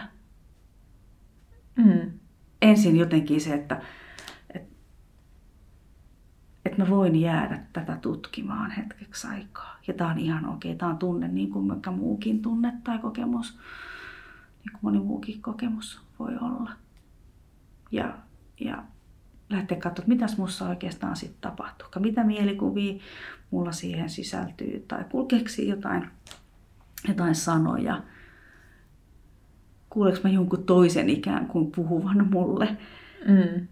Mm. Ensin jotenkin se, että, että, että mä voin jäädä tätä tutkimaan hetkeksi aikaa. Ja tää on ihan okei, tää on tunne niin kuin mikä muukin tunne tai kokemus, niin kuin moni muukin kokemus voi olla. Ja, ja lähteä katsomaan, että mitäs musta oikeastaan sitten tapahtuu. Mitä mielikuvia mulla siihen sisältyy. Tai kulkeeko jotain, jotain sanoja. Kuuleeko mä jonkun toisen ikään kuin puhuvan mulle. Mm.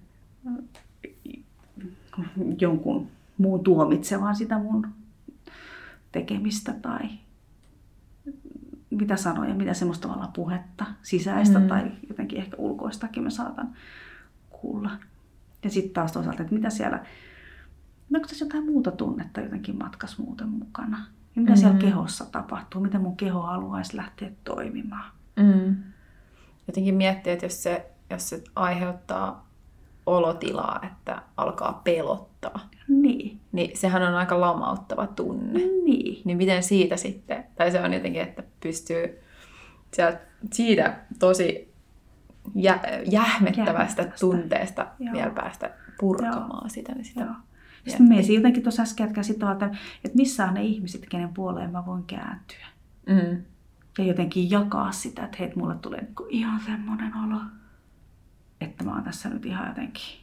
Jonkun muun tuomitsevan sitä mun tekemistä. Tai mitä sanoja, mitä semmoista tavallaan puhetta sisäistä mm. tai jotenkin ehkä ulkoistakin mä saatan kuulla. Ja sitten taas toisaalta, että mitä siellä, onko tässä jotain muuta tunnetta jotenkin matkas muuten mukana? Ja mitä mm-hmm. siellä kehossa tapahtuu? Miten mun keho haluaisi lähteä toimimaan? Mm. Jotenkin miettiä, että jos se, jos se aiheuttaa olotilaa, että alkaa pelottaa, niin. niin sehän on aika lamauttava tunne. Niin. Niin miten siitä sitten, tai se on jotenkin, että pystyy siitä tosi Jä, jähmettävästä tunteesta Joo. vielä päästä purkamaan Joo. sitä. Niin sitä Sitten mietin jotenkin tuossa äsken käsitellä, että missä on ne ihmiset, kenen puoleen mä voin kääntyä. Mm. Ja jotenkin jakaa sitä, että hei, mulle tulee niinku ihan semmoinen olo, että mä oon tässä nyt ihan jotenkin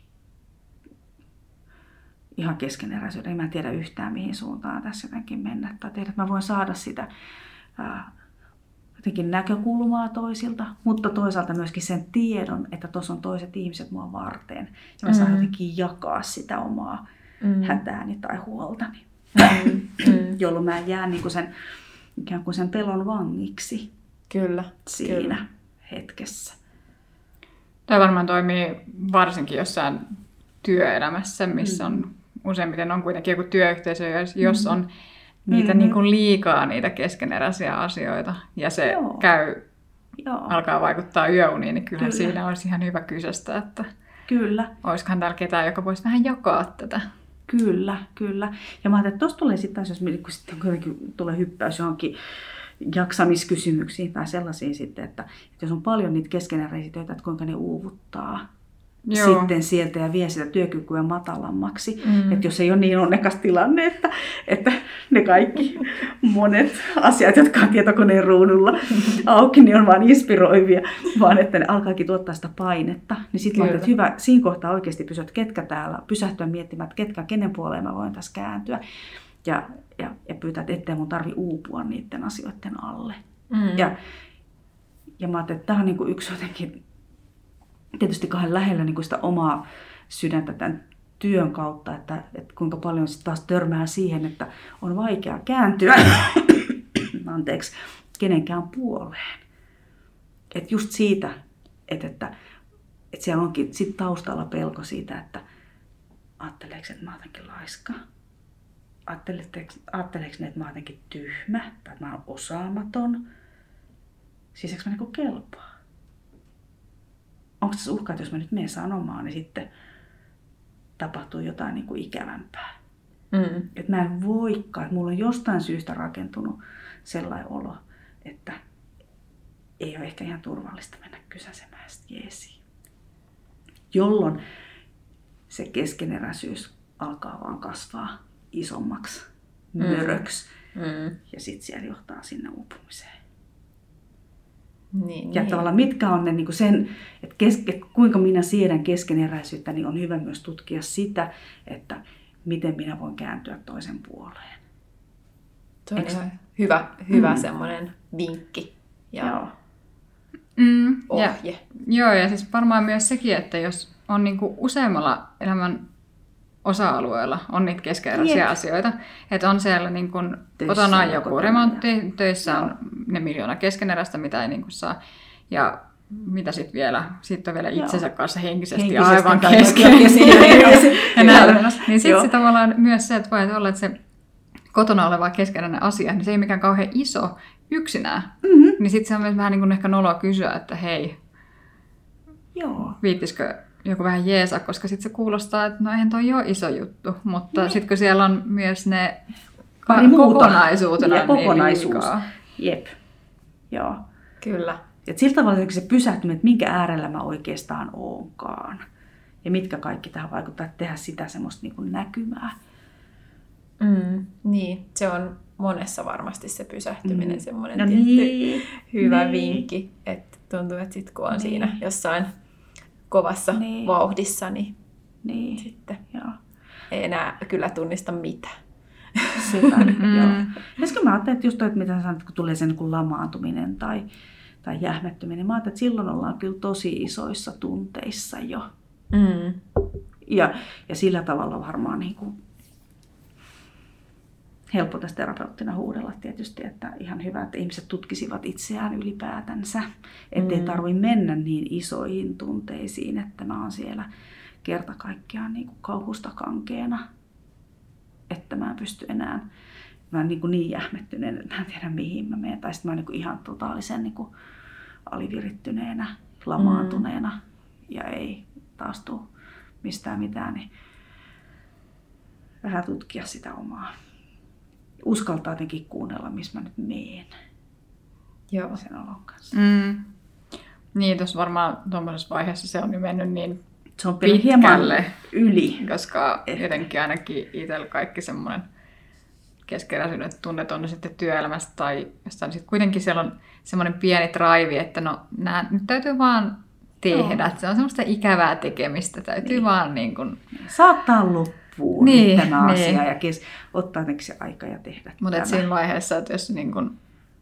ihan keskeneräisyyden. Mä en tiedä yhtään, mihin suuntaan tässä jotenkin mennä. Tai tehdä, että mä voin saada sitä ää, jotenkin näkökulmaa toisilta, mutta toisaalta myöskin sen tiedon, että tuossa on toiset ihmiset mua varten. Ja mä saan mm. jotenkin jakaa sitä omaa mm. hätääni tai huoltani, mm. jolloin mä en jää niin kuin sen, ikään kuin sen pelon vangiksi kyllä, siinä kyllä. hetkessä. Tämä varmaan toimii varsinkin jossain työelämässä, missä on mm. useimmiten on kuitenkin joku työyhteisö, jos on niitä mm-hmm. niin kuin liikaa niitä keskeneräisiä asioita ja se Joo. käy, Joo. alkaa vaikuttaa yöuniin, niin kyllä, kyllä siinä olisi ihan hyvä kyseistä, että kyllä. olisikohan täällä ketään, joka voisi vähän jakaa tätä. Kyllä, kyllä. Ja mä ajattelin, että tuossa tulee sitten taas, jos sitten tulee hyppäys johonkin jaksamiskysymyksiin tai sellaisiin sitten, että, että jos on paljon niitä keskeneräisiä töitä, että kuinka ne uuvuttaa. Joo. Sitten sieltä ja vie sitä työkykyä matalammaksi. Mm. Että jos ei ole niin onnekas tilanne, että, että ne kaikki monet asiat, jotka on tietokoneen ruudulla auki, niin on vaan inspiroivia, vaan että ne alkaakin tuottaa sitä painetta. Niin sitten että hyvä siinä kohtaa oikeasti pysyä, että ketkä täällä, pysähtyä miettimään, että ketkä, kenen puoleen mä voin tässä kääntyä. Ja, ja, ja pyytää, että ettei mun tarvi uupua niiden asioiden alle. Mm. Ja, ja mä ajattelin, että tämä on niin kuin yksi jotenkin tietysti kahden lähellä niin kuin sitä omaa sydäntä tämän työn kautta, että, että kuinka paljon sitten taas törmää siihen, että on vaikea kääntyä anteeksi, kenenkään puoleen. Että just siitä, että, että, että siellä onkin sit taustalla pelko siitä, että ajatteleeko, että mä oon jotenkin laiska? Ajatteleeko ne, että mä oon jotenkin tyhmä? Tai että mä oon osaamaton? Siis eikö mä niinku kelpaa? Onko tässä uhka, että jos mä nyt menen sanomaan, niin sitten tapahtuu jotain niinku ikävämpää? Mm. Että mä en voikaan, että mulla on jostain syystä rakentunut sellainen olo, että ei ole ehkä ihan turvallista mennä kysäsemään sitä jeesiä. Jolloin se keskeneräisyys alkaa vaan kasvaa isommaksi, Mm. möröksi. Mm. Ja sitten siellä johtaa sinne uupumiseen. Niin, Ja niin. tavallaan mitkä on ne niin kuin sen, että, kes, että kuinka minä siedän keskeneräisyyttä, niin on hyvä myös tutkia sitä, että miten minä voin kääntyä toisen puoleen. Se on Eks- ihan hyvä, hyvä Mm. semmoinen vinkki ja Joo. Mm, ja, ohje. joo, ja siis varmaan myös sekin, että jos on niinku useammalla elämän osa-alueella on niitä keskeneräisiä Jep. asioita, että on siellä niin kun Töissä kotona on ja joku kotona remontti, töissä Joo. on ne miljoona keskeneräistä, mitä ei niin kuin saa, ja mitä sitten vielä, sitten on vielä Joo. itsensä kanssa henkisesti, Henkisesti aivan tai kesken. kesken. ja näin. Joo. Niin Joo. sitten se tavallaan myös se, että voi olla, että se kotona oleva keskeneräinen asia, niin se ei mikään kauhean iso yksinään. Mm-hmm. Niin sitten se on myös vähän niin kuin ehkä noloa kysyä, että hei, Joo. viittisikö joku vähän jeesaa, koska sitten se kuulostaa, että no eihän toi ole iso juttu, mutta Niin. sitten kun siellä on myös ne Pari muuta. kokonaisuutena Ja kokonaisuus. niin liikaa. Jep. Joo. Kyllä. Et sillä tavalla se pysähtyminen, että minkä äärellä mä oikeastaan oonkaan. Ja mitkä kaikki tähän vaikuttaa, että tehdä sitä semmoista niin kuin näkymää. Mm. Niin, se on monessa varmasti se pysähtyminen, Mm. semmoinen No tietty niin. hyvä Niin. vinkki. Että tuntuu, että sit kun on Niin. siinä jossain kovassa Niin. vauhdissa, niin Niin. sitten Joo. ei enää kyllä tunnista mitään. Sepä, Mm. joo. Ja sitten mä ajattelen, että just toi, että mitä sä sanot, kun tulee se niin kuin lamaantuminen tai, tai jähmettyminen, mä ajattelen, että silloin ollaan kyllä tosi isoissa tunteissa jo. Mm. Ja, ja sillä tavalla varmaan niin kuin helppo tässä terapeuttina huudella tietysti, että ihan hyvä, että ihmiset tutkisivat itseään ylipäätänsä. Ettei Mm. tarvitse mennä niin isoihin tunteisiin, että mä oon siellä kerta kaikkiaan niin kuin kauhusta kankeena. Että mä en pysty enää, mä oon niin, niin jähmettyneen, että mä en tiedä mihin mä menen. Tai sitten mä oon niin kuin ihan totaalisen niin kuin alivirittyneenä, lamaantuneena mm. ja ei taas tule mistään mitään. Niin vähän tutkia sitä omaa. Uskaltaa jotenkin kuunnella, missä mä nyt meen Joo. sen olon kanssa. Mm. Niin, tuossa varmaan tuommoisessa vaiheessa se on jo mennyt niin Se on mennyt hieman pitkälle, yli. koska Ehkä. jotenkin ainakin itsellä kaikki semmoinen keskeneräisyyden tunnet on ne sitten työelämästä tai jostain. Sitten kuitenkin siellä on semmoinen pieni drive, että no nää, nyt täytyy vaan tehdä. Että se on semmoista ikävää tekemistä. Täytyy Niin. vaan niin kuin... Saattaa loppuun Niin, tämä niin. asia ja kes- ottaa jotenkin se aika ja tehdä Mutta tämä. siinä vaiheessa, että jos niin kuin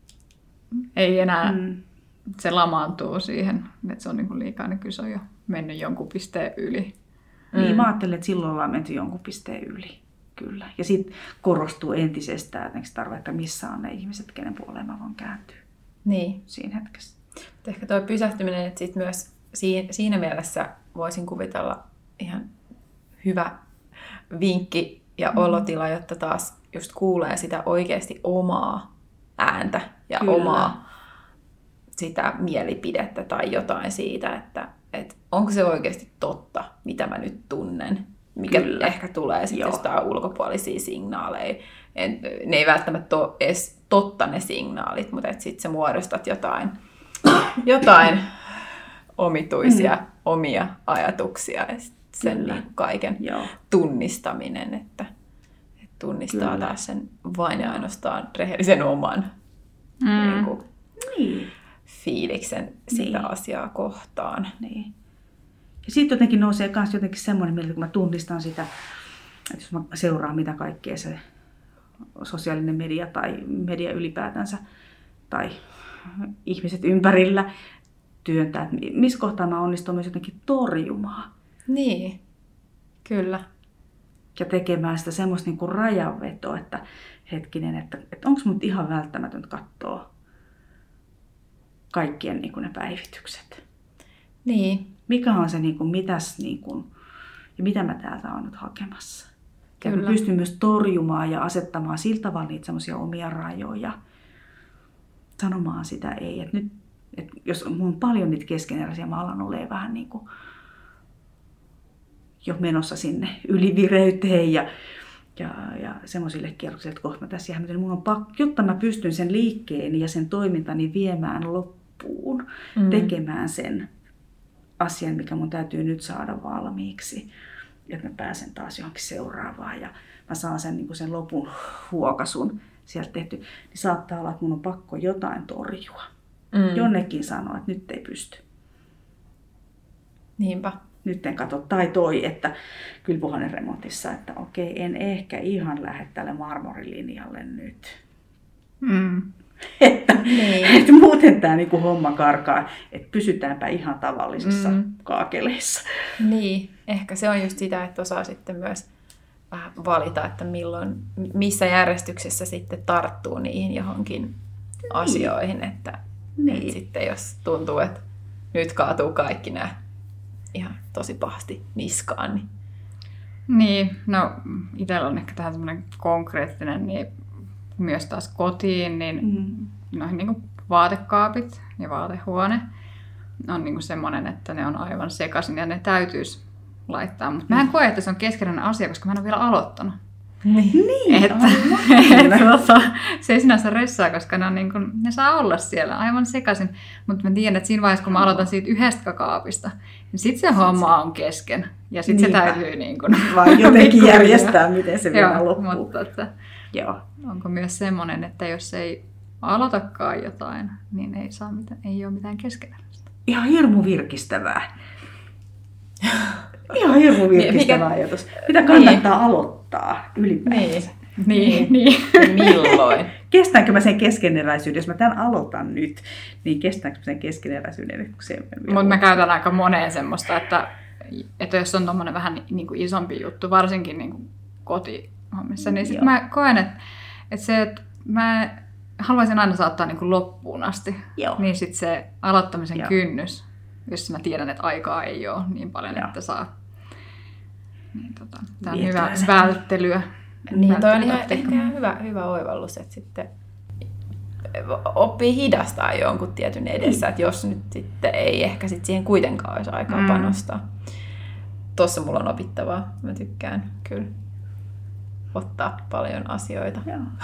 ei enää Mm. se lamaantuu siihen, että se on niin kuin liikaa, niin kyllä se on jo mennyt jonkun pisteen yli. Niin, Mm. mä ajattelen, että silloin ollaan menty jonkun pisteen yli. Kyllä. Ja sitten korostuu entisestään jotenkin tarve, että missä on ne ihmiset, kenen puoleen mä voin kääntyä Niin. siinä hetkessä. Ehkä tuo pysähtyminen, että sit myös siinä, siinä mielessä voisin kuvitella ihan hyvä vinkki ja Mm. olotila, jotta taas just kuulee sitä oikeasti omaa ääntä ja Kyllä. omaa sitä mielipidettä tai jotain siitä, että, että onko se oikeasti totta, mitä mä nyt tunnen, mikä Kyllä. ehkä tulee sitten Joo. jostain ulkopuolisia signaaleja. En, ne ei välttämättä ole edes totta ne signaalit, mutta sitten sä muodostat jotain, jotain omituisia, mm. omia ajatuksia ja sit sen Kyllä. niin kaiken Joo. tunnistaminen, että, että tunnistaa Kyllä. taas sen vain ja ainoastaan rehellisen oman Mm. niin kuin, Niin. fiiliksen sitä Niin. asiaa kohtaan. Niin. Ja sitten jotenkin nousee myös jotenkin semmoinen mieltä, kun mä tunnistan sitä, että jos mä seuraan mitä kaikkea se sosiaalinen media tai media ylipäätänsä tai ihmiset ympärillä työntää. Että missä kohtaa mä onnistun myös jotenkin torjumaan. Niin, kyllä. Ja tekemään sitä semmoista niin kuin rajanvetoa, että hetkinen, että, että onko mun ihan välttämätöntä katsoa kaikkien niin kuin ne päivitykset. Niin. Mikä on se, niin kuin, mitäs, niin kuin, ja mitä mä täältä olen nyt hakemassa. Ja mä pystyn myös torjumaan ja asettamaan sillä tavalla niitä semmoisia omia rajoja. Sanomaan sitä ei. Että nyt, että jos mun on paljon niitä keskeneräisiä, mä alan olemaan vähän niin kuin jo menossa sinne ylivireyteen ja, ja, ja semmoisille kierroksille, että kohta mä tässä jäämme. Mun on pakko, jotta mä pystyn sen liikkeeni ja sen toimintani viemään loppuun, mm. tekemään sen asian, mikä mun täytyy nyt saada valmiiksi, että mä pääsen taas johonkin seuraavaan ja mä saan sen, niin kuin sen lopun huokasun sieltä tehty, niin saattaa olla, että mun on pakko jotain torjua. Mm. Jonnekin sanoa, että nyt ei pysty. Niinpä. Nyt en katso, tai toi, että kylpyhuoneen remontissa, että okei, en ehkä ihan lähde tälle marmorilinjalle nyt. Mm. että, niin. että muuten tämä niinku homma karkaa, että pysytäänpä ihan tavallisissa mm. kaakeleissa. Niin, ehkä se on just sitä, että osaa sitten myös vähän valita, että milloin, missä järjestyksessä sitten tarttuu niihin johonkin niin. asioihin. Että, niin. että sitten jos tuntuu, että nyt kaatuu kaikki nämä ihan tosi pahasti niskaan. Niin, niin no itsellä on ehkä tähän semmoinen konkreettinen, niin myös taas kotiin, niin mm. noihin niin kuin vaatekaapit ja vaatehuone on niin kuin semmoinen, että ne on aivan sekaisin ja ne täytyisi laittaa. Mutta mä en koe, että se on keskeinen asia, koska mä en ole vielä aloittanut. Niin, että, että tota, se ei sinänsä ressaa, koska ne, on niin kuin, ne saa olla siellä aivan sekaisin. Mutta mä tiedän, että siinä vaiheessa, kun mä aloitan siitä yhdestä kaapista, niin sitten se homma on kesken. Ja sitten se täytyy niin kuin, vaan jotenkin järjestää, miten se vielä loppuu. Mutta että, Joo. onko myös semmoinen, että jos ei aloitakaan jotain, niin ei, saa mitään, ei ole mitään keskeneräistä. Ihan hirmu virkistävää. Ihan hirmu virkistävä ajatus. Mitä kannattaa niin. aloittaa ylipäänsä? Niin, niin. niin. Milloin? Kestäänkö mä sen keskeneräisyyden? Jos mä tämän aloitan nyt, niin kestäänkö mä sen keskeneräisyyden? Mutta mä käytän aika moneen semmoista, että, että jos on tommonen vähän niin kuin isompi juttu, varsinkin niin kuin kotihommissa, niin sit mä koen, että, että se, että mä haluaisin aina saattaa niin kuin loppuun asti. Joo. Niin sit se aloittamisen Joo. kynnys, jos mä tiedän, että aikaa ei ole niin paljon, Joo. että saa. Niin, tota, tää on hyvä välttelyä. Niin, toi on ihan, ehkä ihan hyvä, hyvä oivallus, että sitten oppii hidastaa jonkun tietyn edessä, mm. että jos nyt sitten ei ehkä sit siihen kuitenkaan olisi aikaa mm. panostaa. Tossa mulla on opittavaa. Mä tykkään kyllä ottaa paljon asioita.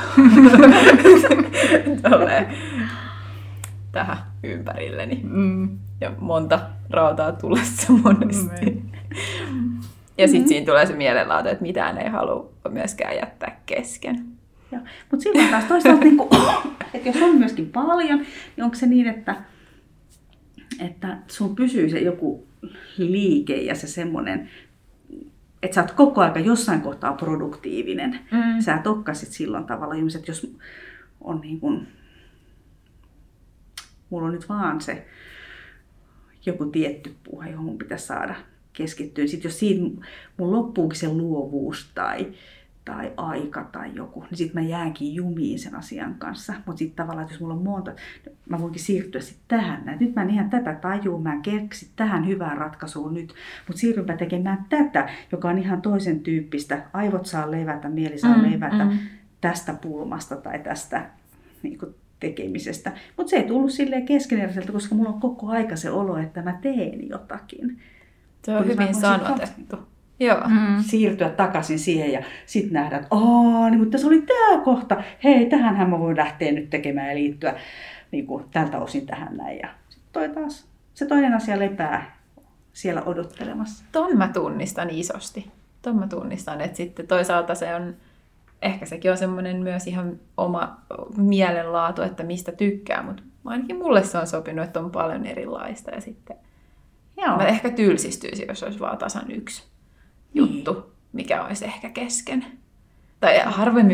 Tolleen tähän ympärilleni. Mm. Ja monta rautaa tulessa monesti. Mm. Ja sitten siinä tulee se mielenlaatu, että mitään ei halua myöskään jättää kesken. Mutta silloin taas toisaalta, niin kun, että jos on myöskin paljon, niin onko se niin, että, että sun pysyy se joku liike ja se semmoinen, että sä oot koko ajan jossain kohtaa produktiivinen. Mm. Sä tokkasit silloin tavalla ihmiset, jos on niin kuin, mulla on nyt vaan se joku tietty puhe, johon mun pitäisi saada keskittyä. Sitten jos siitä mun loppuukin se luovuus tai, tai aika tai joku, niin sitten mä jäänkin jumiin sen asian kanssa. Mutta sitten tavallaan, että jos mulla on monta, mä voinkin siirtyä sitten tähän. Et nyt mä en ihan tätä tajua, mä en keksi tähän hyvään ratkaisuun nyt, mutta siirrynpä tekemään tätä, joka on ihan toisen tyyppistä. Aivot saa levätä, mieli saa mm, levätä mm. tästä pulmasta tai tästä niin kuin tekemisestä. Mutta se ei tullut silleen keskeneräiseltä, koska mulla on koko aika se olo, että mä teen jotakin. Se on hyvin sanotettu. Joo. Mm. Siirtyä takaisin siihen ja sitten nähdä, että aah, niin, mutta tässä oli tämä kohta. Hei, tähänhän mä voin lähteä nyt tekemään ja liittyä niin kuin, tältä osin tähän näin. Ja sitten toi taas, se toinen asia lepää siellä odottelemassa. Ton mä tunnistan isosti. Ton mä tunnistan, että sitten toisaalta se on, ehkä sekin on semmoinen myös ihan oma mielenlaatu, että mistä tykkää, mutta ainakin mulle se on sopinut, että on paljon erilaista ja sitten Joo. mä ehkä tylsistyisin, jos olisi vaan tasan yksi niin. juttu, mikä olisi ehkä kesken. Tai harvemmin varmaan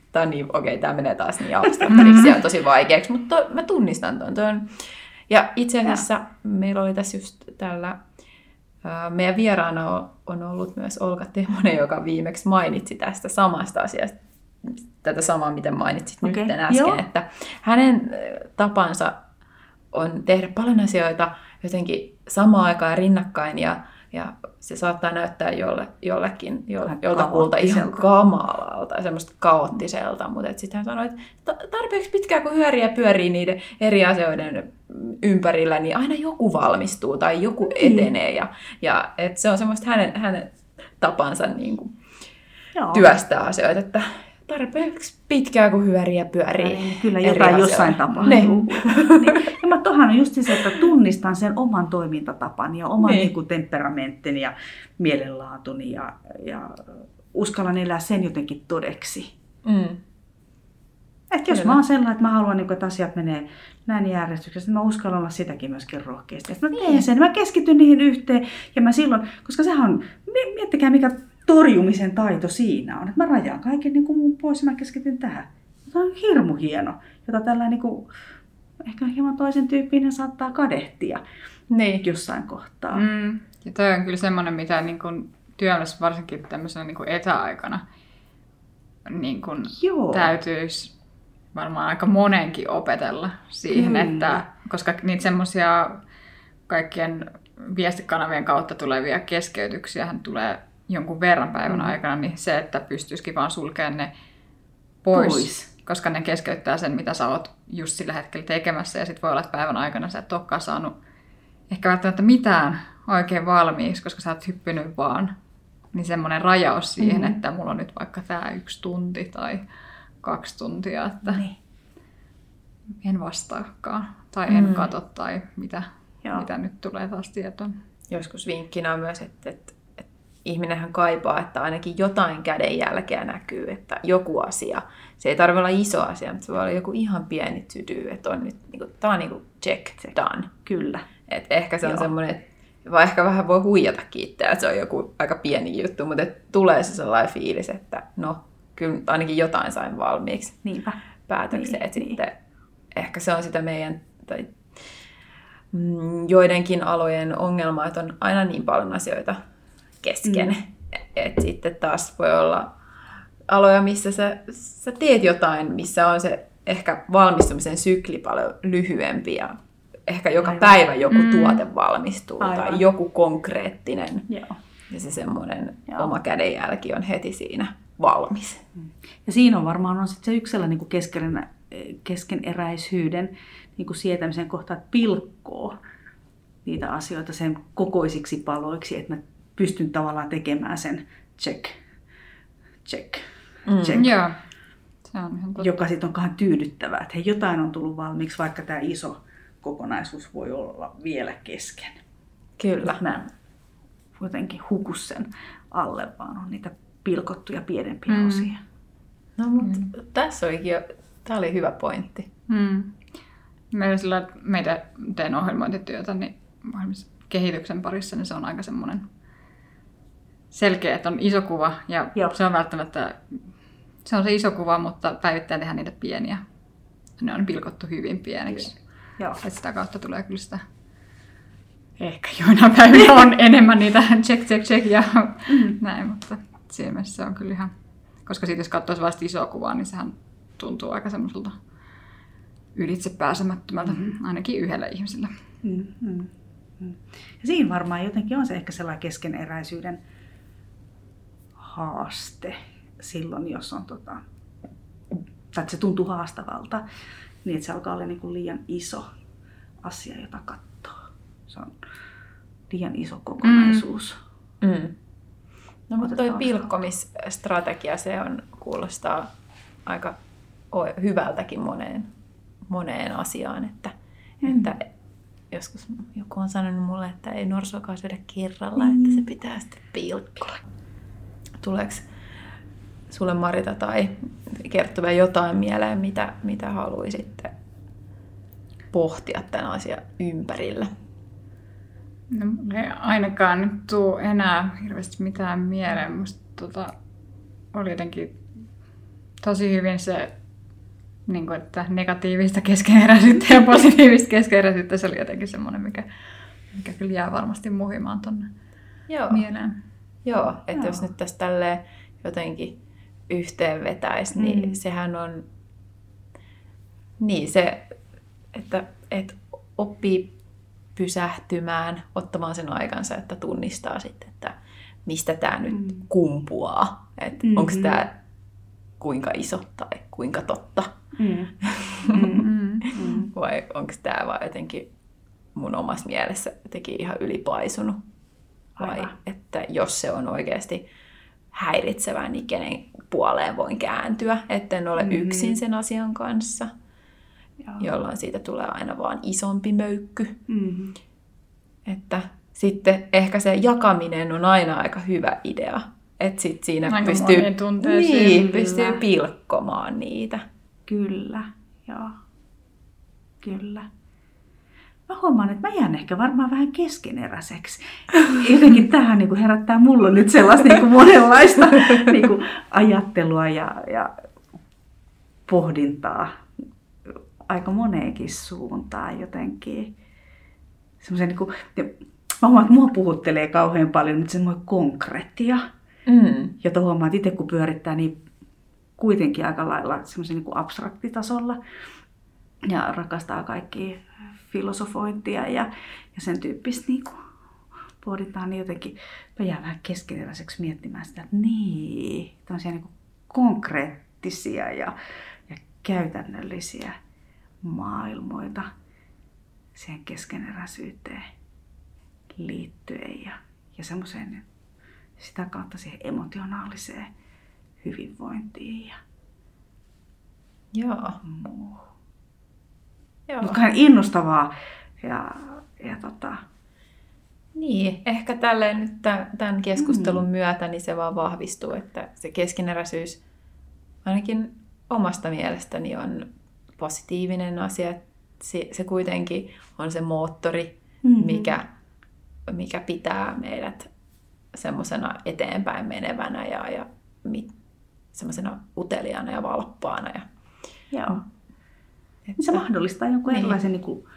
tää on niin, okei, okay, tää menee taas niin abstraktariksi ja tosi vaikeaksi, mutta to, mä tunnistan ton. ton. Ja itse asiassa ja. meillä oli tässä just tällä, ää, meidän vieraana on ollut myös Olga Temonen, joka viimeksi mainitsi tästä samasta asiasta, tätä samaa, mitä mainitsit okay. nyt äsken, Joo. että hänen tapansa on tehdä paljon asioita jotenkin samaan aikaan rinnakkain ja, ja se saattaa näyttää jolle, jollekin, jolle, joltakulta ihan kamalalta ja semmoista kaoottiselta, mutta sitten hän sanoi, että tarpeeksi pitkään kun hyöriä pyörii niiden eri asioiden ympärillä, niin aina joku valmistuu tai joku etenee ja, ja että se on semmoista hänen, hänen tapansa niin kuin työstää asioita, että tarpeeksi pitkään kun hyöriä pyörii. Niin, kyllä jotain jossain tapahtuu. Niin. Ja mä tohan on just se, että tunnistan sen oman toimintatapani ja oman niin. Niin kuin temperamenttini ja mielenlaatuni ja, ja uskallan elää sen jotenkin todeksi. Mm. Että jos kyllä. Mä oon sellainen, että mä haluan, että asiat menee näin järjestyksessä, niin mä uskallan olla sitäkin myöskin rohkeasti. Että mä teen niin. sen, mä keskityn niihin yhteen ja mä silloin, koska sehän on, miettikää mikä torjumisen taito siinä on, että mä rajaan kaiken niin kuin mun pois ja mä keskityn tähän. Se on hirmu hieno, jota tällä niin kuin, ehkä hieman toisen tyyppinen saattaa kadehtia niin. jossain kohtaa. Mm. Ja toi on kyllä semmoinen, mitä niin kuin työelämässä varsinkin tämmöisenä niin kuin etäaikana niin kuin täytyisi varmaan aika monenkin opetella siihen, mm. että koska niitä semmoisia kaikkien viestikanavien kautta tulevia keskeytyksiä tulee jonkun verran päivän mm. aikana, niin se, että pystyisikin vaan sulkemaan ne pois, pois, koska ne keskeyttää sen, mitä sä oot just sillä hetkellä tekemässä, ja sit voi olla, että päivän aikana sä et olekaan saanut ehkä välttämättä mitään oikein valmiiksi, koska sä oot hyppinyt vaan, niin semmoinen rajaus siihen, mm. että mulla on nyt vaikka tää yksi tunti tai kaksi tuntia, että niin. en vastaakaan, tai en mm. katso, tai mitä, mitä nyt tulee taas tietoon. Joskus vinkkinä on myös, että, että ihminenhän kaipaa, että ainakin jotain kädenjälkeä näkyy, että joku asia, se ei tarvitse olla iso asia, mutta se voi olla joku ihan pieni to-do, että on nyt, niin kuin, tämä on niin kuin check, done. Kyllä. Et ehkä se on Joo. semmoinen, että vai ehkä vähän voi huijatakin itseä, että se on joku aika pieni juttu, mutta et tulee se sellainen fiilis, että no, kyllä ainakin jotain sain valmiiksi Niinpä. päätökseen. Niin, sitten niin. Ehkä se on sitä meidän, tai joidenkin alojen ongelma, että on aina niin paljon asioita kesken. Mm. Että sitten taas voi olla aloja, missä sä, sä teet jotain, missä on se ehkä valmistumisen sykli paljon lyhyempi ja ehkä joka Aivan. päivä joku mm. tuote valmistuu Aivan. tai joku konkreettinen. Joo. Ja se semmoinen Joo. oma kädenjälki on heti siinä valmis. Ja siinä on varmaan on sit se yksi sellainen niin kesken, keskeneräisyyden niin kuin sietämisen kohta, että pilkkoo niitä asioita sen kokoisiksi paloiksi, että mä pystyn tavallaan tekemään sen check, check, check. Mm. Joo. Se on ihan joka sitten onkohan tyydyttävää, että hei, jotain on tullut valmiiksi, vaikka tämä iso kokonaisuus voi olla vielä kesken. Kyllä. Mä jotenkin huku sen alle, vaan on niitä pilkottuja pienempiä mm. osia. No mutta mm. tässä olikin jo, tämä oli hyvä pointti. Mm. Meillä sillä meidän teen ohjelmointityötä, niin kehityksen parissa, niin se on aika semmoinen selkeä, että on iso kuva ja Joo. se on välttämättä, se on se iso kuva, mutta päivittäin tehdään niitä pieniä. Ne on pilkottu hyvin pieniksi. Joo. Että sitä kautta tulee kyllä sitä, ehkä joina päivinä on enemmän niitä check, check, check ja mm. näin, mutta siinä mielessä se on kyllä ihan, koska siitä jos katsoisi vasta isoa kuvaa, niin sehän tuntuu aika semmoiselta ylitse pääsemättömältä, mm-hmm. ainakin yhdellä ihmisellä. Mm-hmm. Ja siinä varmaan jotenkin on se ehkä sellainen keskeneräisyyden haaste silloin, jos on tota, tai että se tuntuu haastavalta, niin että se alkaa olla niin kuin liian iso asia, jota katsoo. Se on liian iso kokonaisuus. Mm. Mm. No mutta toi pilkkomisstrategia, se on, kuulostaa aika hyvältäkin moneen, moneen asiaan, että, mm. että joskus joku on sanonut mulle, että ei norsuakaan syödä kerralla, mm. että se pitää sitten pilkkoa. Tuleeko sulle, Marita tai Kerttu, vielä jotain mieleen, mitä, mitä haluaisitte pohtia tämän asian ympärillä? No, ei ainakaan nyt tule enää hirveästi mitään mieleen. Musta tota, oli jotenkin tosi hyvin se, niin kuin, että negatiivista keskeneräisyyttä ja positiivista keskeneräisyyttä, se oli jotenkin semmoinen, mikä, mikä kyllä jää varmasti muhimaan tuonne mieleen. Joo, että Joo. jos nyt tässä tälleen jotenkin yhteen vetäisi, niin mm. sehän on niin se, että, että oppii pysähtymään, ottamaan sen aikansa, että tunnistaa sitten, että mistä tämä nyt mm. kumpuaa. Että mm-hmm. onko tämä kuinka iso tai kuinka totta. Mm. Mm-hmm. Vai onko tämä vaan jotenkin mun omassa mielessä jotenkin ihan ylipaisunut. Vai Aivan. että jos se on oikeasti häiritsevää, niin kenen puoleen voin kääntyä, etten ole mm-hmm. yksin sen asian kanssa. Joo. Jolloin siitä tulee aina vaan isompi möykky. Mm-hmm. Että sitten ehkä se jakaminen on aina aika hyvä idea. Että sit siinä aika pystyy, niin, pystyy pilkkomaan niitä. Kyllä, joo. Kyllä. Mä huomaan, että mä jään ehkä varmaan vähän keskeneräiseksi. Jotenkin tähän niin kuin herättää mulla nyt sellaista niin kuin monenlaista niin kuin ajattelua ja, ja pohdintaa aika moneenkin suuntaan jotenkin. Semmoisen niin kuin, mä huomaan, että mua puhuttelee kauhean paljon nyt semmoinen konkreettia, mm. jota huomaan, että itse kun pyörittää, niin kuitenkin aika lailla semmoisen niin kuin abstraktitasolla ja rakastaa kaikkia filosofointia ja, ja sen tyyppistä niin kuin pohditaan, niin jotenkin mä jään vähän keskeneräiseksi miettimään sitä, että niin, tämmöisiä niin kuin konkreettisia ja, ja käytännöllisiä maailmoita siihen keskeneräisyyteen liittyen ja, ja semmoiseen sitä kautta siihen emotionaaliseen hyvinvointiin ja Joo. muuhun. Mutta ihan innostavaa ja, ja tota... Niin, ehkä tälleen nyt tämän keskustelun mm. myötä niin se vaan vahvistuu, että se keskeneräisyys ainakin omasta mielestäni on positiivinen asia. Se, se kuitenkin on se moottori, mm-hmm. mikä, mikä pitää meidät semmoisena eteenpäin menevänä ja, ja semmoisena uteliaana ja valppaana. Ja, Joo. Että, se mahdollistaa jonkun niin. erilaisen niin kuin,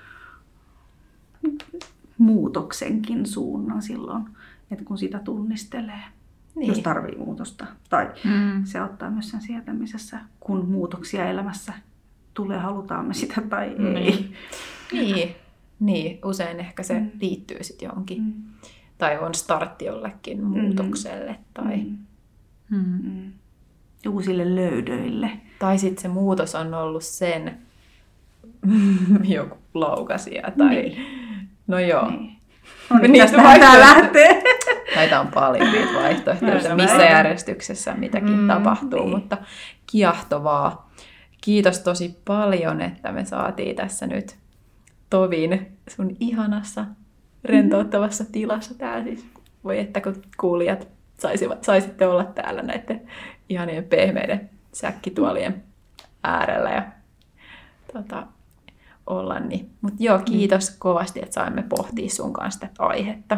muutoksenkin suunnan silloin, että kun sitä tunnistelee, niin. jos tarvii muutosta. Tai mm. se auttaa myös sen sietämisessä, kun muutoksia elämässä tulee, halutaan me sitä tai ei. Niin, niin. niin. usein ehkä se mm. liittyy sitten johonkin. Mm. Tai on startti jollekin muutokselle. Mm. Tai mm. Mm. uusille löydöille. Tai sitten se muutos on ollut sen joku laukasia. Tai... Niin. No joo. Niin. No niin, tästähän tämä lähtee. Näitä on paljon niitä vaihtoehtoja, missä järjestyksessä mitäkin mm, tapahtuu, niin. Mutta kiehtovaa. Kiitos tosi paljon, että me saatiin tässä nyt tovin sun ihanassa, rentouttavassa tilassa. Tää siis, voi että kun kuulijat saisivat, saisitte olla täällä näiden ihanien pehmeiden säkkituolien äärellä ja tota, olla. Niin. Mutta joo, kiitos mm. kovasti, että saimme pohtia sun kanssa tätä aihetta.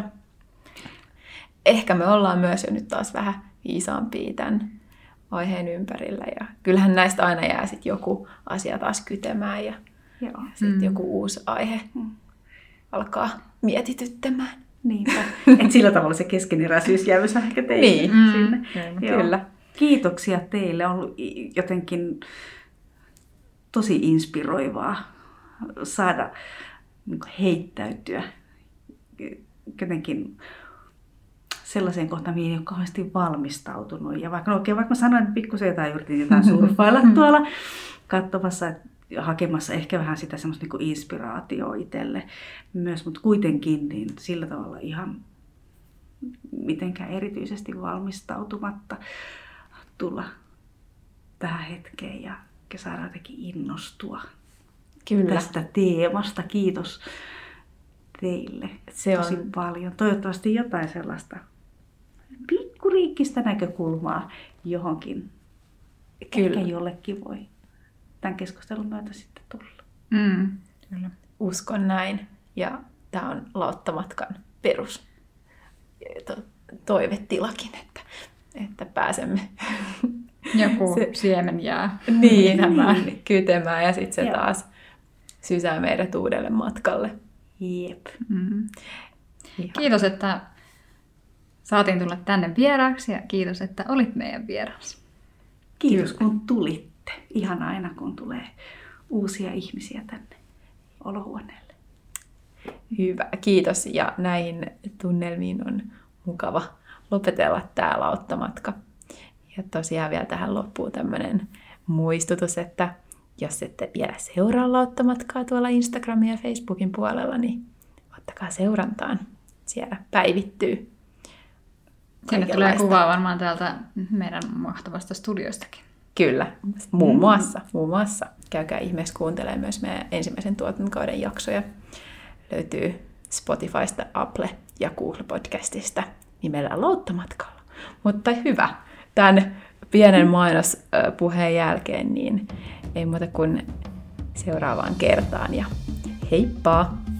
Ehkä me ollaan myös jo nyt taas vähän viisaampia tämän aiheen ympärillä. Ja kyllähän näistä aina jää sitten joku asia taas kytemään ja, ja sitten mm. joku uusi aihe mm. alkaa mietityttämään. Niinpä. Et sillä tavalla se keskeneräisyys jää myös ehkä teille niin. sinne. Mm. Kyllä. Kiitoksia teille. On ollut jotenkin tosi inspiroivaa saada heittäytyä jotenkin sellaiseen kohtaan, mihin ei ole kauheasti valmistautunut. Ja vaikka, no okei, vaikka mä sanoin, että pikkusen jotain yritin jotain surffailla tuolla katsomassa, hakemassa ehkä vähän sitä semmoista niin inspiraatioa itselle myös, mutta kuitenkin niin sillä tavalla ihan mitenkään erityisesti valmistautumatta tulla tähän hetkeen ja saada jotenkin innostua Kyllä. tästä teemasta. Kiitos teille Se tosi on... paljon. Toivottavasti jotain sellaista pikkuriikkistä näkökulmaa johonkin. Kyllä. Ehkä jollekin voi tämän keskustelun myötä sitten tulla. Mm, kyllä. Uskon näin. Ja tämä on Lauttamatkan perus to- toivetilakin, että, että pääsemme Joku se, siemen jää niin, niin, kytemään ja sitten se Joo. taas sysää meidät uudelle matkalle. Jep. Mm. Kiitos, että saatiin tulla tänne vieraaksi ja kiitos, että olit meidän vieras. Kiitos kun tulitte. Ihan aina kun tulee uusia ihmisiä tänne olohuoneelle. Hyvä, kiitos. Ja näihin tunnelmiin on mukava lopetella tämä lauttamatka. Ja tosiaan vielä tähän loppuun tämmöinen muistutus, että jos ette vielä seuraa lauttamatkaa tuolla Instagramin ja Facebookin puolella, niin ottakaa seurantaan. Siellä päivittyy. Sinne tulee kuvaa varmaan täältä meidän mahtavasta studiostakin. Kyllä, muun muassa. Mm. Muun muassa. Käykää ihmeessä kuuntelemaan myös meidän ensimmäisen tuotantokauden jaksoja. Löytyy Spotifysta, Apple ja Google Podcastista nimellä Lauttamatkalla. Mutta hyvä, tämän pienen mainospuheen jälkeen niin ei muuta kuin seuraavaan kertaan ja heippa!